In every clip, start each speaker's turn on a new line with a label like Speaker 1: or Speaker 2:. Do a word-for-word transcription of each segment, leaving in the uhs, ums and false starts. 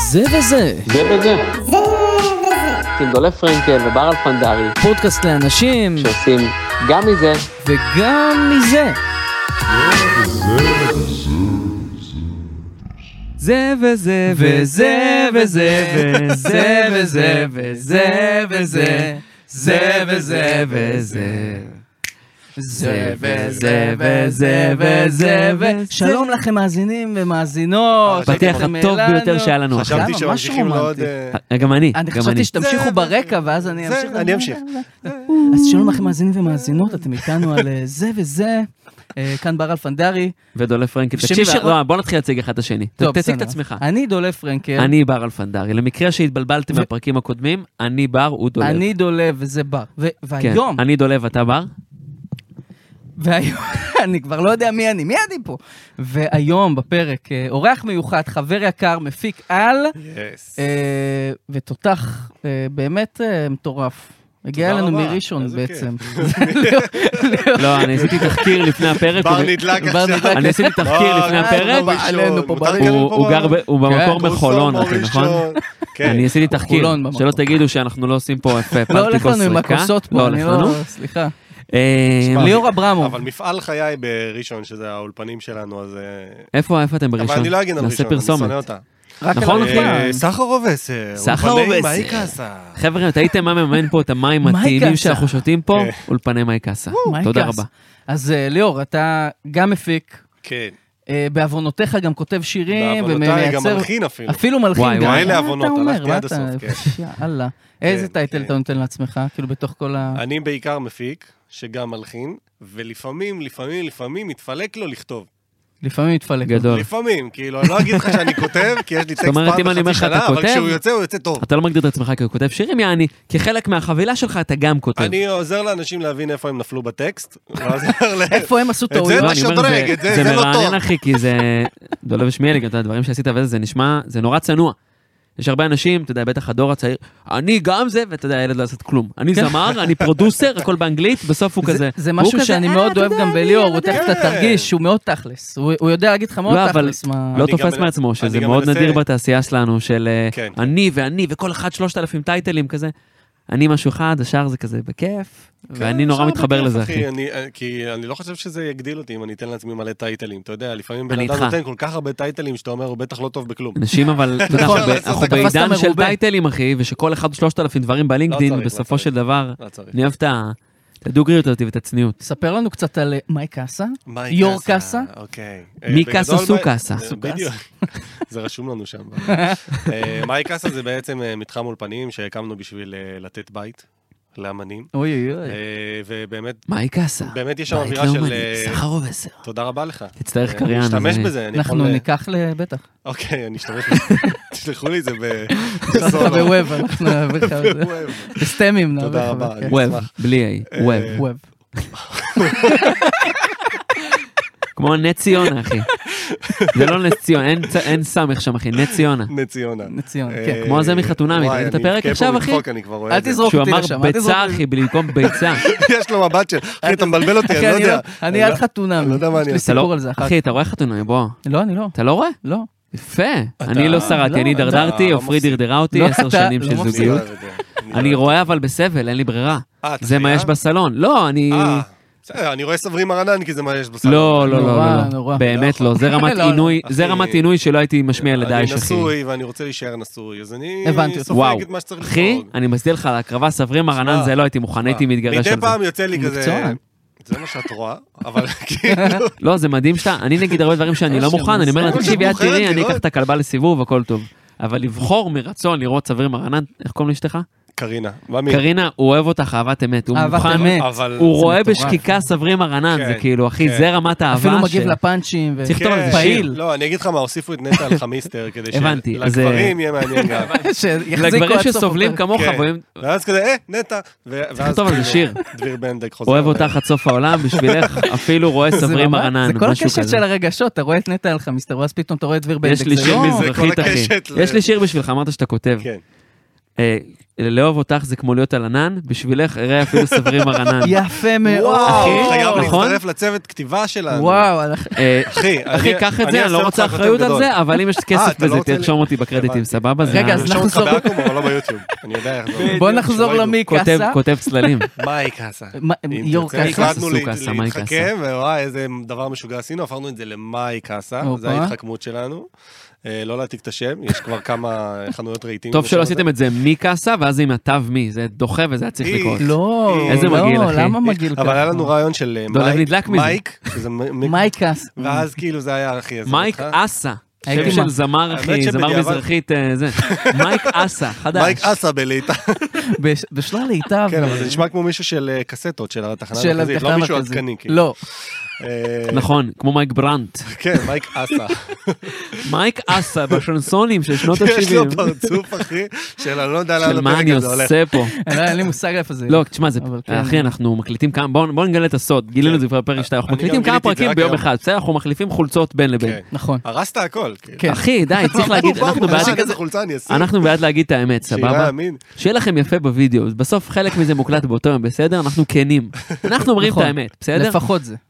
Speaker 1: זה וזה.
Speaker 2: זה וזה. זה וזה. עם דולף פרנקל ובר אלפנדרי.
Speaker 1: פודקאסט לאנשים
Speaker 2: שעושים גם מזה
Speaker 1: וגם מזה. זה וזה וזה וזה וזה וזה וזה וזה זה וזה וזה זה וזה וזה וזה וזה. שלום לכם מאזינים ומאזינות.
Speaker 3: פתיח הטוב ביותר שהיה לנו.
Speaker 4: חשבתי שממשיכים לעוד...
Speaker 3: גם אני.
Speaker 1: אני חשבתי שתמשיכו ברקע ואז אני אמשיך.
Speaker 4: אני אמשיך.
Speaker 1: אז שלום לכם מאזינים ומאזינות, אתם איתנו על זה וזה. כאן בר אלפנדרי.
Speaker 3: ודולף פרנקל. תקשיב, בוא נתחיל להציג אחד את השני. תציג את עצמך.
Speaker 1: אני דולף פרנקל.
Speaker 3: אני בר אלפנדרי. למקרה שהתבלבלתם מהפרקים הקודמים, אני בר, הוא דולף.
Speaker 1: אני דולף וזה בר. והיום...
Speaker 3: אני דולף, אתה בר?
Speaker 1: והיום, אני כבר לא יודע מי אני, מי אני פה? והיום בפרק, אורח מיוחד, חבר יקר, מפיק על, ותותח באמת מטורף. הגיע אלינו מראשון בעצם.
Speaker 3: לא, אני עשיתי תחקיר לפני הפרק.
Speaker 4: בר נדלק עכשיו.
Speaker 3: אני עשיתי תחקיר לפני הפרק. הוא במקור מחולון, נכון? אני עשיתי תחקיר, שלא תגידו שאנחנו לא עושים פה פרטיקוס ריקה.
Speaker 1: לא הולך לנו עם הכוסות פה, אני לא, סליחה. ליאור אברמוב.
Speaker 4: אבל מפעל חיי בראשון, שזה האולפנים שלנו, אז...
Speaker 3: איפה, איפה אתם בראשון?
Speaker 4: אבל אני לא אגיד על ראשון, אני שונא אותה.
Speaker 3: נכון, נכון.
Speaker 4: סחרוב עשר.
Speaker 3: סחרוב עשר.
Speaker 4: מייקאסה.
Speaker 3: חבר'ה, הייתם מה מממן פה את המים הטעימים שאנחנו שותים פה? אולפני מייקאסה. תודה רבה.
Speaker 1: אז ליאור, אתה גם מפיק.
Speaker 4: כן.
Speaker 1: בעוונותיך גם כותב שירים.
Speaker 4: בעוונותיי גם מלחין אפילו.
Speaker 1: אפילו מלחין.
Speaker 4: וואי, וואי, לעוונות, הלכתי עד הסוף.
Speaker 1: יאללה. איזה טייטל אתה נותן לעצמך? כאילו בתוך כל ה...
Speaker 4: אני בעיקר מפיק, שגם מלחין, ולפעמים, לפעמים, לפעמים מתפלק לו לכתוב.
Speaker 1: לפעמים מתפלק.
Speaker 3: גדול.
Speaker 4: לפעמים, כאילו, אני לא אגיד לך שאני כותב, כי יש לי טקסט פעם בחצי שנה, אבל כשהוא יוצא, הוא יוצא טוב.
Speaker 3: אתה לא מגדיר את עצמך כי הוא כותב שירים, יעני, כחלק מהחבילה שלך אתה גם כותב.
Speaker 4: אני עוזר לאנשים להבין איפה הם נפלו בטקסט,
Speaker 1: איפה הם עשו טעויות.
Speaker 4: את זה תשדרג, את זה לא טוב.
Speaker 3: זה מרענן אחי, כי זה, דולב שמיילי, גם את הדברים שעשית וזה, זה נשמע, זה נורא צנוע. יש הרבה אנשים, אתה יודע, בטח הדור הצעיר, אני גם זה, ואתה יודע, הילד לא לעשות כלום. אני זמר, אני פרודוסר, הכל באנגלית, בסוף הוא כזה.
Speaker 1: זה משהו שאני מאוד אוהב גם בליאור, הוא תכף אתה תרגיש שהוא מאוד תכלס. הוא יודע להגיד לך מאוד תכלס.
Speaker 3: לא תופס מעצמו, שזה מאוד נדיר בתעשייה שלנו, של אני ואני, וכל אחד שלושת אלפים טייטלים כזה. אני משהו אחד, השאר זה כזה בכיף, ואני נורא מתחבר לזה, אחי.
Speaker 4: כי אני לא חושב שזה יגדיל אותי אם אני אתן לעצמי מלא טייטלים. אתה יודע, לפעמים בן אדם נותן כל כך הרבה טייטלים שאתה אומר, הוא בטח לא טוב בכלום.
Speaker 3: אנשים, אבל, אתה יודע, אנחנו בעידן של טייטלים, אחי, ושכל אחד שלושת אלפים דברים בלינקדין, בסופו של דבר, אני אוהב את הדוגריות אותי ואת הצניעות.
Speaker 1: ספר לנו קצת על מאי קאסה, יור קאסה.
Speaker 3: מי קאסה סו קאסה.
Speaker 4: זה רשום לנו שם. מאי קאסה זה בעצם מתחם אולפנים שהקמנו בשביל לתת בית לאמנים.
Speaker 1: אוי אוי.
Speaker 4: ובאמת...
Speaker 3: מאי קאסה.
Speaker 4: באמת יש שם אווירה של...
Speaker 3: סחרוב עשר.
Speaker 4: תודה רבה לך.
Speaker 3: תצטרך קריין.
Speaker 4: נשתמש בזה.
Speaker 1: אנחנו ניקח לבטח.
Speaker 4: אוקיי, אני אשתמש בזה. תשלחו לי את זה
Speaker 1: בסולו. בווב, אנחנו נעביר לך את זה. בסטמים נעביר לך.
Speaker 4: תודה רבה.
Speaker 3: ווב, בלי איי. ווב.
Speaker 1: ווב.
Speaker 3: כמו נציונה, אחי. זה לא נציונה, אין סמך שם, אחי, נציונה.
Speaker 4: נציונה.
Speaker 1: נציונה, כן.
Speaker 3: כמו זה מחתונה, מתחיל את הפרק עכשיו, אחי?
Speaker 1: אל תזרוק אותי לשם.
Speaker 3: שהוא אמר ביצה, אחי, במקום ביצה.
Speaker 4: יש לו מבט של, אחי, אתה מבלבל אותי, אני לא יודע.
Speaker 1: אני על חתונה, יש לי סיפור על זה אחר.
Speaker 3: אחי, אתה רואה חתונה, בוא.
Speaker 1: לא, אני לא.
Speaker 3: אתה לא רואה?
Speaker 1: לא.
Speaker 3: יפה. אני לא שרתי, אני דרדרתי, אופרי דרדרה אותי, עשר שנים של זוגיות. אני רואה אבל בסבל, אין לי ברירה. זה מה יש בסלון. לא, אני...
Speaker 4: אני רואה סברים מרנן כי זה מה יש בסלון.
Speaker 3: לא, לא, לא, לא, באמת לא. זה רמת עינוי שלא הייתי משמיע לדייש, אחי.
Speaker 4: אני נשוי ואני רוצה להישאר נשוי, אז אני
Speaker 3: וואו,
Speaker 4: סופג את מה שצריך
Speaker 3: אחי,
Speaker 4: לפרוג.
Speaker 3: אני מסתיר לך על הקרבה סברים מרנן, זה לא הייתי מוכן, הייתי מתגרש על זה.
Speaker 4: מדי פעם יוצא לי כזה, זה מה שאת רואה, אבל כאילו...
Speaker 3: לא, זה מדהים שאתה, אני נגיד הרבה דברים שאני לא מוכן, אני אומר לה, תקשיבי, את תראי, אני אקח את הכלבה לסיבוב, הכל טוב. אבל לבחור מרצון לראות סברים מרנן, איך קוראים לאשתך?
Speaker 4: קרינה.
Speaker 3: קרינה, הוא אוהב אותך אהבת אמת.
Speaker 1: אהבת אמת.
Speaker 3: הוא רואה בשקיקה סברים הרנן, זה כאילו, אחי, זה רמת האהבה.
Speaker 1: אפילו מגיב לפאנצ'ים.
Speaker 3: צריך לכתוב על זה שיר.
Speaker 4: לא, אני אגיד לך מה, הוסיפו את נטע על חמיסטר, כדי שלגברים יהיה מעניין גם.
Speaker 3: לגברים שסובלים כמוך,
Speaker 4: ואז כזה, אה, נטע.
Speaker 3: צריך לכתוב על זה שיר.
Speaker 4: דביר בנדק חוזר.
Speaker 3: אוהב אותך עד סוף העולם, בשבילך אפילו רואה סברים הרנן.
Speaker 1: זה כל הקשת של הרגשות, אתה רואה את נטע על חמיסטר, ואז פתאום אתה רואה את דביר בנדק.
Speaker 3: יש לי שיר מזרחית, אחי. יש לי שיר בשבילך, אמרת שאתה כותב. לאהוב אותך זה כמו להיות על ענן, בשבילך אראה אפילו סברים הרנן.
Speaker 1: יפה מאוד.
Speaker 4: וואו, חייב
Speaker 3: נכון?
Speaker 4: להצטרף לצוות כתיבה שלנו.
Speaker 1: וואו,
Speaker 3: אה,
Speaker 4: אחי,
Speaker 3: אחי, קח את זה, אני לא רוצה אחריות על זה, אבל אם יש כסף
Speaker 4: אתה לא
Speaker 3: בזה,
Speaker 4: רוצה לי-
Speaker 3: תרשום אותי בקרדיטים, סבבה? זה
Speaker 1: רגע,
Speaker 3: ה-
Speaker 1: אז
Speaker 4: נרשום אותך
Speaker 1: נחזור-
Speaker 4: בעקום, אבל לא ביוטיוב. אני יודע איך זה.
Speaker 1: בוא נחזור
Speaker 4: שלא
Speaker 1: למי
Speaker 3: כותב-
Speaker 1: קאסה.
Speaker 3: כותב צללים.
Speaker 4: מאי קאסה.
Speaker 1: מה-
Speaker 4: אם
Speaker 1: יור
Speaker 4: תרצה,
Speaker 1: קאסה.
Speaker 4: החלטנו
Speaker 3: סו קאסה, מאי
Speaker 4: להתחכם, ווואי, איזה דבר משוגע עשינו, הפכנו את זה למאי קאסה,
Speaker 1: אופה.
Speaker 4: זה ההתחכמות שלנו. אה, לא להעתיק את השם, יש כבר כמה חנויות רהיטים.
Speaker 3: טוב
Speaker 4: בשם
Speaker 3: שלא
Speaker 4: הזה.
Speaker 3: עשיתם את זה מי קאסה, ואז זה עם התו מי, זה דוחה וזה היה צריך
Speaker 4: אי.
Speaker 3: לקרות.
Speaker 1: לא,
Speaker 4: איזה
Speaker 1: לא,
Speaker 3: מגעיל, אחי.
Speaker 1: למה מגעיל ככה?
Speaker 4: אבל היה לנו רעיון של אה,
Speaker 3: דולב
Speaker 4: מייק-
Speaker 3: נדלק מזה.
Speaker 4: מייק, שזה מ- מ-
Speaker 1: מאי קאסה.
Speaker 4: ואז כאילו זה היה הכי עזר
Speaker 3: מייק
Speaker 4: אותך.
Speaker 3: אסה.
Speaker 1: הייתי
Speaker 3: שם
Speaker 1: מה-
Speaker 3: של זמר,
Speaker 4: האמת
Speaker 3: אחי, זמר
Speaker 4: שבדיעבד-
Speaker 3: מזרחית, אה, זה. מייק אסה, חדש.
Speaker 4: מייק אסה בליטה.
Speaker 1: בש- בשלול להיטב.
Speaker 4: כן, אבל זה נשמע כמו מישהו של אה, קסטות של התחנה
Speaker 1: של
Speaker 4: המרכזית,
Speaker 1: התחנה
Speaker 4: לא מישהו
Speaker 1: המרכזית.
Speaker 4: עדכני. כאילו.
Speaker 1: לא.
Speaker 4: אה,
Speaker 3: נכון, כמו מייק ברנט.
Speaker 4: כן, מייק אסה.
Speaker 3: מייק אסה בשנסונים של שנות
Speaker 4: יש
Speaker 3: ה-שבעים.
Speaker 4: לו פרצוף, אחי, של אני לא יודע לאן
Speaker 3: של מה
Speaker 4: הפרק
Speaker 3: אני
Speaker 4: הזה הולך.
Speaker 3: עושה פה.
Speaker 1: אני- אין לי מושג איפה זה.
Speaker 3: לא, תשמע, זה-
Speaker 1: אבל כן.
Speaker 3: אחי, אנחנו מקליטים כמה, בואו בואו נגלה את הסוד, גילינו את זה כבר בפרק שתיים, אנחנו
Speaker 4: אני
Speaker 3: מקליטים
Speaker 4: גם
Speaker 3: כמה
Speaker 4: גיליתי את זה
Speaker 3: פרקים
Speaker 4: רק
Speaker 3: ביום
Speaker 4: היום.
Speaker 3: אחד, בסדר, אנחנו מחליפים חולצות בין לבין.
Speaker 4: כן.
Speaker 1: נכון.
Speaker 4: הרסת הכל. כאילו.
Speaker 1: כן.
Speaker 3: אחי, די, צריך להגיד,
Speaker 4: הוא
Speaker 3: אנחנו
Speaker 4: בא,
Speaker 3: בעד,
Speaker 4: הוא איזה חולצה אני אשים.
Speaker 3: אנחנו בעד להגיד את האמת,
Speaker 4: שירה
Speaker 3: סבבה?
Speaker 4: אמין.
Speaker 3: שיהיה לכם יפה בווידאו, בסוף חלק מזה מוקלט באותו יום, בסדר? אנחנו כנים. אנחנו אומרים את
Speaker 1: נכון.
Speaker 3: האמת, בסדר?
Speaker 1: לפחות זה.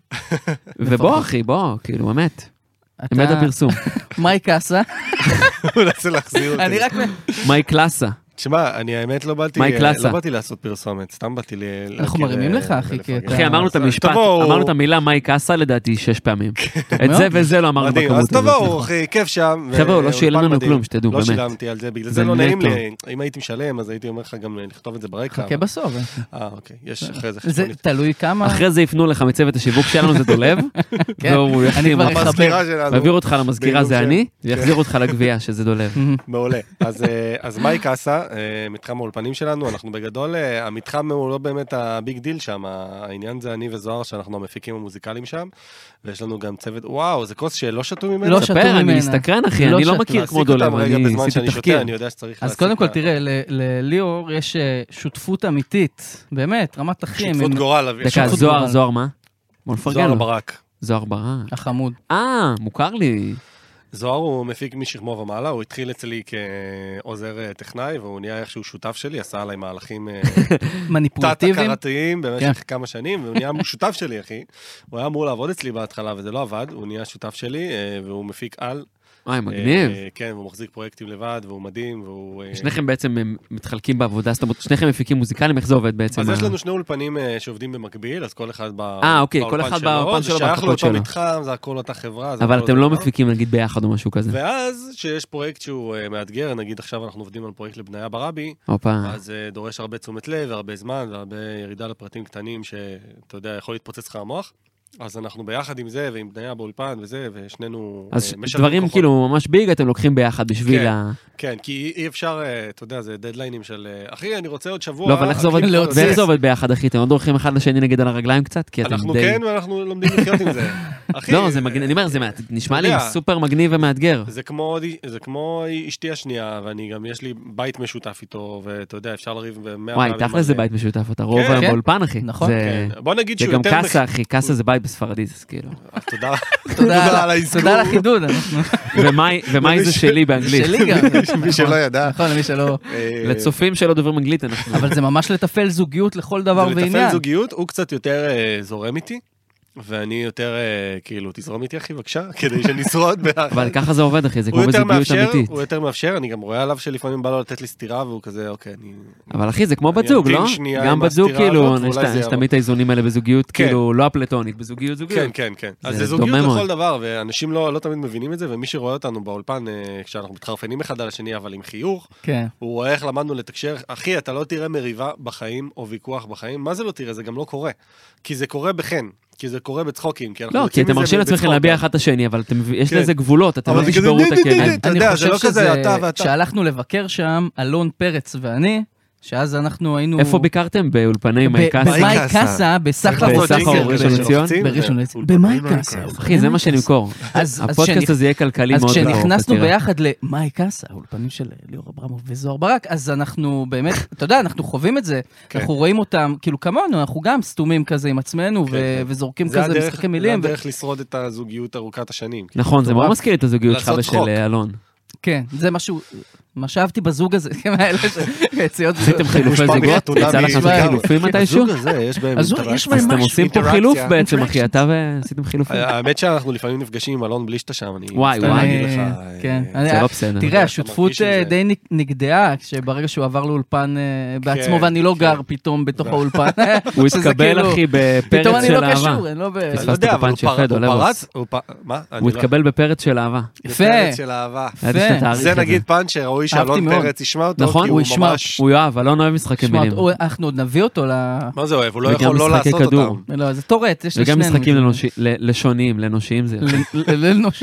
Speaker 3: ובוא
Speaker 1: לפחות.
Speaker 3: אחי, בוא, כאילו, באמת.
Speaker 1: אתה-
Speaker 3: אמת הפרסום.
Speaker 1: מאי קאסה.
Speaker 4: הוא מנסה להחזיר אותי.
Speaker 1: אני רק...
Speaker 3: מהי קלאסה?
Speaker 4: תשמע, אני האמת לא באתי,
Speaker 3: מייק קלאסה.
Speaker 4: לא באתי לעשות פרסומת, סתם באתי ל...
Speaker 1: אנחנו
Speaker 4: להכיר,
Speaker 1: מרימים
Speaker 4: אה,
Speaker 1: לך, אחי, כי
Speaker 4: ולפרגן.
Speaker 1: אתה-
Speaker 3: אחי, אמרנו את
Speaker 4: אז
Speaker 3: המשפט,
Speaker 4: תבואו.
Speaker 3: אמרנו את המילה מהי קלאסה לדעתי שש פעמים. את
Speaker 1: מאוד.
Speaker 3: זה וזה לא אמרנו
Speaker 4: מדהים,
Speaker 3: בכמות
Speaker 4: אז
Speaker 3: הזאת.
Speaker 4: תבואו, אחי, כיף שם.
Speaker 3: חבר'ה, הוא לא
Speaker 4: ואולפן
Speaker 3: שילם לנו
Speaker 4: מדהים.
Speaker 3: כלום, שתדעו,
Speaker 4: לא
Speaker 3: באמת.
Speaker 4: שילמתי על זה, בגלל
Speaker 3: זה
Speaker 4: זה לא נעים
Speaker 3: נטו.
Speaker 4: לי. אם הייתי משלם, אז הייתי אומר לך גם לכתוב את זה ברקע.
Speaker 1: חכה בסוף.
Speaker 4: אה, אוקיי, יש אחרי זה
Speaker 1: זה
Speaker 4: חשבונית.
Speaker 1: תלוי כמה...
Speaker 3: אחרי זה יפנו לך מצוות השיווק שלנו, זה דולב,
Speaker 1: כן,
Speaker 3: והוא
Speaker 1: אני
Speaker 3: יחתים
Speaker 1: כבר
Speaker 3: אותך.
Speaker 1: אחבר.
Speaker 4: המזכירה שלנו.
Speaker 3: מעביר אותך למזכירה, זה
Speaker 4: בעילום
Speaker 3: אני,
Speaker 4: שם.
Speaker 3: ויחזיר אותך לגבייה, שזה דולב.
Speaker 4: מעולה. אז, אה, אז מאי קאסה, אה, מתחם האולפנים שלנו, אנחנו בגדול, אה, המתחם הוא לא באמת הביג דיל שם, העניין זה אני וזוהר, שאנחנו המפיקים המוזיקליים שם, ויש לנו גם צוות, וואו, זה כוס שלא שתו ממנו?
Speaker 1: לא שתו
Speaker 3: ספר, אני
Speaker 1: ממנה.
Speaker 3: מסתקרן אחי,
Speaker 1: לא
Speaker 3: אני לא
Speaker 1: שתו.
Speaker 3: מכיר כמו
Speaker 4: להעסיק אותם
Speaker 3: דולב,
Speaker 4: רגע
Speaker 3: אני
Speaker 4: בזמן
Speaker 3: עשיתי
Speaker 4: שאני
Speaker 3: תחקיר.
Speaker 4: שותה, אני יודע שצריך
Speaker 1: אז
Speaker 4: להעסיק
Speaker 1: קודם כל,
Speaker 4: אותם.
Speaker 1: תראה, ל- לליאור יש אה, שותפות אמיתית, באמת, רמת אחים.
Speaker 4: שותפות
Speaker 1: עם
Speaker 4: גורל. אבי.
Speaker 3: דקה,
Speaker 1: שותפות
Speaker 3: זוהר,
Speaker 1: גורל.
Speaker 3: זוהר מה? בוא נפרגן
Speaker 4: זוהר
Speaker 3: לו.
Speaker 4: ברק.
Speaker 3: זוהר ברק.
Speaker 1: החמוד.
Speaker 3: אה, מוכר לי.
Speaker 4: זוהר הוא מפיק משכמו ומעלה, הוא התחיל אצלי כעוזר אה, טכנאי, והוא נהיה איכשהו שותף שלי, עשה עליי מהלכים אה,
Speaker 1: מניפולטיביים.
Speaker 4: תת-הכרתיים במשך
Speaker 1: כן.
Speaker 4: כמה שנים, והוא נהיה שותף שלי, אחי. הוא היה אמור לעבוד אצלי בהתחלה, וזה לא עבד, הוא נהיה שותף שלי, אה, והוא מפיק על.
Speaker 3: וואי, מגניב.
Speaker 4: אה, כן, הוא מחזיק פרויקטים לבד, והוא מדהים, והוא... אה,
Speaker 3: שניכם בעצם הם מתחלקים בעבודה, זאת אומרת, שניכם מפיקים מוזיקליים, איך זה עובד בעצם?
Speaker 4: אז יש
Speaker 3: ה-
Speaker 4: לנו שני אולפנים אה, שעובדים במקביל, אז כל אחד בא-
Speaker 3: אה, אוקיי, כל
Speaker 4: באולפן
Speaker 3: אחד באולפן שלו
Speaker 4: זה שייך
Speaker 3: בהפקות
Speaker 4: לאותו
Speaker 3: שלו.
Speaker 4: מתחם, זה הכל אותה חברה. זה
Speaker 3: אבל
Speaker 4: הכל
Speaker 3: אתם
Speaker 4: אותו
Speaker 3: לא
Speaker 4: דבר.
Speaker 3: מפיקים נגיד ביחד או משהו כזה.
Speaker 4: ואז, שיש פרויקט שהוא אה, מאתגר, נגיד עכשיו אנחנו עובדים על פרויקט לבניה ברבי,
Speaker 3: הופה.
Speaker 4: אז אה, דורש הרבה תשומת לב, והרבה זמן, והרבה ירידה לפרטים קטנים, שאתה יודע, יכול להתפוצץ לך המוח. אז אנחנו ביחד עם זה, ועם בניה באולפן וזה, ושנינו
Speaker 3: אז
Speaker 4: אה,
Speaker 3: ש-
Speaker 4: משלבים
Speaker 3: דברים
Speaker 4: כוחות.
Speaker 3: כאילו ממש ביג אתם לוקחים ביחד בשביל
Speaker 4: כן.
Speaker 3: ה...
Speaker 4: כן, כי אי- אי אפשר, אה, אתה יודע, זה דדליינים של, אה, אחי, אני רוצה עוד שבוע.
Speaker 3: לא, אבל איך זה עובד,
Speaker 4: הקליפ
Speaker 1: להוציא.
Speaker 4: הזה."
Speaker 3: ואיך זה עובד ביחד, אחי? אתם לא דורכים אחד לשני נגד על הרגליים קצת? כי אתם
Speaker 4: אנחנו
Speaker 3: די...
Speaker 4: כן, ואנחנו לומדים לחיות עם זה. אחי,
Speaker 3: לא, זה מגניב, אני אומר, זה מעט- נשמע לי
Speaker 4: יודע.
Speaker 3: סופר מגניב ומאתגר.
Speaker 4: זה כמו, זה כמו אשתי השנייה, ואני גם, יש לי בית משותף איתו, ואתה יודע, אפשר לריב במאה
Speaker 3: וואי,
Speaker 4: פעמים על
Speaker 3: תכל'ס זה בית משותף, אתה רוב
Speaker 4: כן.
Speaker 3: היום
Speaker 1: כן.
Speaker 3: באולפן, אחי.
Speaker 1: נכון.
Speaker 3: זה-
Speaker 4: כן. בוא נגיד
Speaker 3: זה
Speaker 4: שהוא
Speaker 3: גם
Speaker 4: יותר...
Speaker 3: קאסה, אחי, קאסה זה בית בספרדית, אז כאילו.
Speaker 4: מח- תודה.
Speaker 1: תודה
Speaker 4: על האזכור.
Speaker 1: תודה על החידוד. אנחנו-
Speaker 3: ומאי ומאי זה שלי באנגלית.
Speaker 1: שלי גם.
Speaker 4: מי שלא ידע.
Speaker 1: נכון, למי שלא...
Speaker 4: אה,
Speaker 3: לצופים שלא דוברים אנגלית, אנחנו...
Speaker 1: אבל זה ממש לתפעל זוגיות לכל דבר
Speaker 4: זה לתפעל
Speaker 1: ועניין.
Speaker 4: זוגיות, הוא קצת יותר אה, זורם איתי, ואני יותר, אה, כאילו, תזרום איתי, אחי, בבקשה, כדי שנשרוד ביחד.
Speaker 3: אבל ככה זה עובד, אחי, זה
Speaker 4: הוא
Speaker 3: כמו
Speaker 4: יותר
Speaker 3: בזוגיות
Speaker 4: מאפשר,
Speaker 3: אמיתית.
Speaker 4: הוא יותר מאפשר, אני גם רואה עליו שלפעמים בא לו לתת לי סטירה, והוא כזה, אוקיי, אני...
Speaker 3: אבל אחי, זה כמו
Speaker 4: אני
Speaker 3: בת זוג,
Speaker 4: אמתין
Speaker 3: לא?
Speaker 4: שנייה
Speaker 3: גם
Speaker 4: עם
Speaker 3: בת זוג,
Speaker 4: הסתירה
Speaker 3: כאילו,
Speaker 4: הזאת,
Speaker 3: יש
Speaker 4: ואולי
Speaker 3: ת-
Speaker 4: זה
Speaker 3: יש
Speaker 4: יעבוד.
Speaker 3: תמיד את האיזונים האלה בזוגיות,
Speaker 4: כן.
Speaker 3: כאילו, לא אפלטונית, בזוגיות זוגיות.
Speaker 4: כן, כן, כן. אז
Speaker 3: זה
Speaker 4: זה זוגיות
Speaker 3: דומה מאוד.
Speaker 4: לכל דבר, ואנשים לא לא תמיד מבינים את זה, ומי שרואה אותנו באולפן, אה, כשאנחנו מתחרפנים אחד על השני, אבל עם חיוך,
Speaker 1: כן.
Speaker 4: הוא רואה איך למדנו לתקשר. אחי, אתה לא תראה מריבה בחיים, או ויכוח בחיים. מה זה לא תראה? זה גם לא קורה. כי זה קורה בחן. כי זה קורה בצחוקים. כי אנחנו
Speaker 3: לא, כי
Speaker 4: יוצאים
Speaker 3: אתם
Speaker 4: מזה
Speaker 3: מרשים לעצמכם
Speaker 4: בצחוק.
Speaker 3: להביע אחד את השני, אבל אתם- יש
Speaker 4: כן.
Speaker 3: לזה גבולות, אתם
Speaker 4: אבל
Speaker 3: לא
Speaker 4: זה כזה
Speaker 3: תשברו את
Speaker 4: די, די, די,
Speaker 3: הכלים.
Speaker 4: די. אתה
Speaker 1: אני
Speaker 4: יודע,
Speaker 1: חושב
Speaker 4: זה לא כזה
Speaker 1: שזה-
Speaker 4: אתה ואתה.
Speaker 1: כשהלכנו לבקר שם, אלון פרץ ואני, שאז אנחנו היינו...
Speaker 3: איפה ביקרתם? באולפני
Speaker 1: ב-
Speaker 3: מאי קאסה?
Speaker 4: במאי
Speaker 1: במאי
Speaker 4: קאסה.
Speaker 1: קאסה, בסחר
Speaker 3: בסחר
Speaker 1: פרוצקר.
Speaker 3: ראשון לציון?
Speaker 1: בראשון לציון. במאי קאסה.
Speaker 3: אחי, זה מה שאני אמכור.
Speaker 1: אז- אז
Speaker 3: הפודקאסט
Speaker 1: כשנכ-
Speaker 3: הזה יהיה כלכלי
Speaker 1: אז
Speaker 3: מאוד.
Speaker 1: כשנכנסנו
Speaker 3: בקרוב,
Speaker 1: ביחד למאי קאסה, האולפנים של ליאור אברמוב וזוהר ברק, אז אנחנו באמת, אתה יודע, אנחנו חווים את זה,
Speaker 4: כן.
Speaker 1: אנחנו רואים אותם, כאילו כמונו, אנחנו גם סתומים כזה עם עצמנו, ו-
Speaker 4: כן.
Speaker 1: וזורקים
Speaker 4: זה
Speaker 1: כזה
Speaker 4: הדרך-
Speaker 1: משחקי מילים.
Speaker 4: זה
Speaker 1: ו-
Speaker 4: הדרך לשרוד את הזוגיות ארוכת השנים.
Speaker 3: נכון, זה
Speaker 1: מטורף.
Speaker 3: מאוד מזכיר את הזוגיות שלך
Speaker 4: לעשות
Speaker 3: ושל
Speaker 4: צחוק.
Speaker 3: אה, אלון.
Speaker 1: כן, זה משהו מה שאהבתי בזוג הזה, כאלה שיציאות...
Speaker 3: עשיתם חילופי זוגות? יצא לכם חילופים מתישהו?
Speaker 4: הזוג הזה, יש בהם
Speaker 1: אז
Speaker 4: אינטראקציה.
Speaker 1: יש
Speaker 3: אתם עושים פה חילוף בעצם, אחי, אתה ועשיתם חילופים.
Speaker 4: האמת שאנחנו לפעמים נפגשים עם אלון בלי שאתה שם, אני
Speaker 3: וואי,
Speaker 4: מצטער
Speaker 3: וואי.
Speaker 4: להגיד לך.
Speaker 1: כן.
Speaker 3: זה לא בסדר.
Speaker 1: תראה, השותפות
Speaker 4: מרגיש עם זה.
Speaker 1: די נגדעה, שברגע שהוא עבר לאולפן בעצמו,
Speaker 4: כן,
Speaker 1: ואני לא
Speaker 4: כן.
Speaker 1: גר פתאום בתוך האולפן.
Speaker 3: הוא
Speaker 1: שזה
Speaker 3: התקבל,
Speaker 1: כאילו-
Speaker 3: אחי, בפרץ
Speaker 1: פתאום אני
Speaker 3: של
Speaker 1: לא
Speaker 3: אהבה.
Speaker 1: קשור, אני לא ב...
Speaker 4: אני
Speaker 3: פספסת
Speaker 4: לא יודע, אבל הוא
Speaker 3: בפאנץ' יפה,
Speaker 4: פר- הוא
Speaker 3: דולבוס.
Speaker 4: פרץ, הוא פ... מה? אני
Speaker 3: הוא
Speaker 4: לא-
Speaker 3: התקבל בפרץ של אהבה.
Speaker 1: יפה.
Speaker 4: בפרץ של אהבה.
Speaker 3: ידעתי שאתה תעריך
Speaker 4: זה
Speaker 3: את
Speaker 4: נגיד פאנץ' שראוי
Speaker 1: אהבתי
Speaker 4: שאלון
Speaker 1: מאוד.
Speaker 4: פרץ ישמע אותו,
Speaker 3: נכון,
Speaker 4: כי
Speaker 1: הוא
Speaker 4: הוא
Speaker 1: ישמע.
Speaker 4: ממש...
Speaker 3: הוא יואב, אלון אוהב משחקי
Speaker 1: שמע,
Speaker 3: מילים.
Speaker 1: הוא- אנחנו עוד נביא אותו ל...
Speaker 4: מה זה אוהב? הוא לא
Speaker 3: וגם
Speaker 4: יכול לא
Speaker 3: משחקי
Speaker 4: לעשות
Speaker 3: כדור.
Speaker 4: אותם.
Speaker 1: לא, זה טורט, יש
Speaker 3: וגם
Speaker 1: לשנינו.
Speaker 3: משחקים לנושי- ל- לשוניים, לנושיים זה יפה.
Speaker 1: לנוש.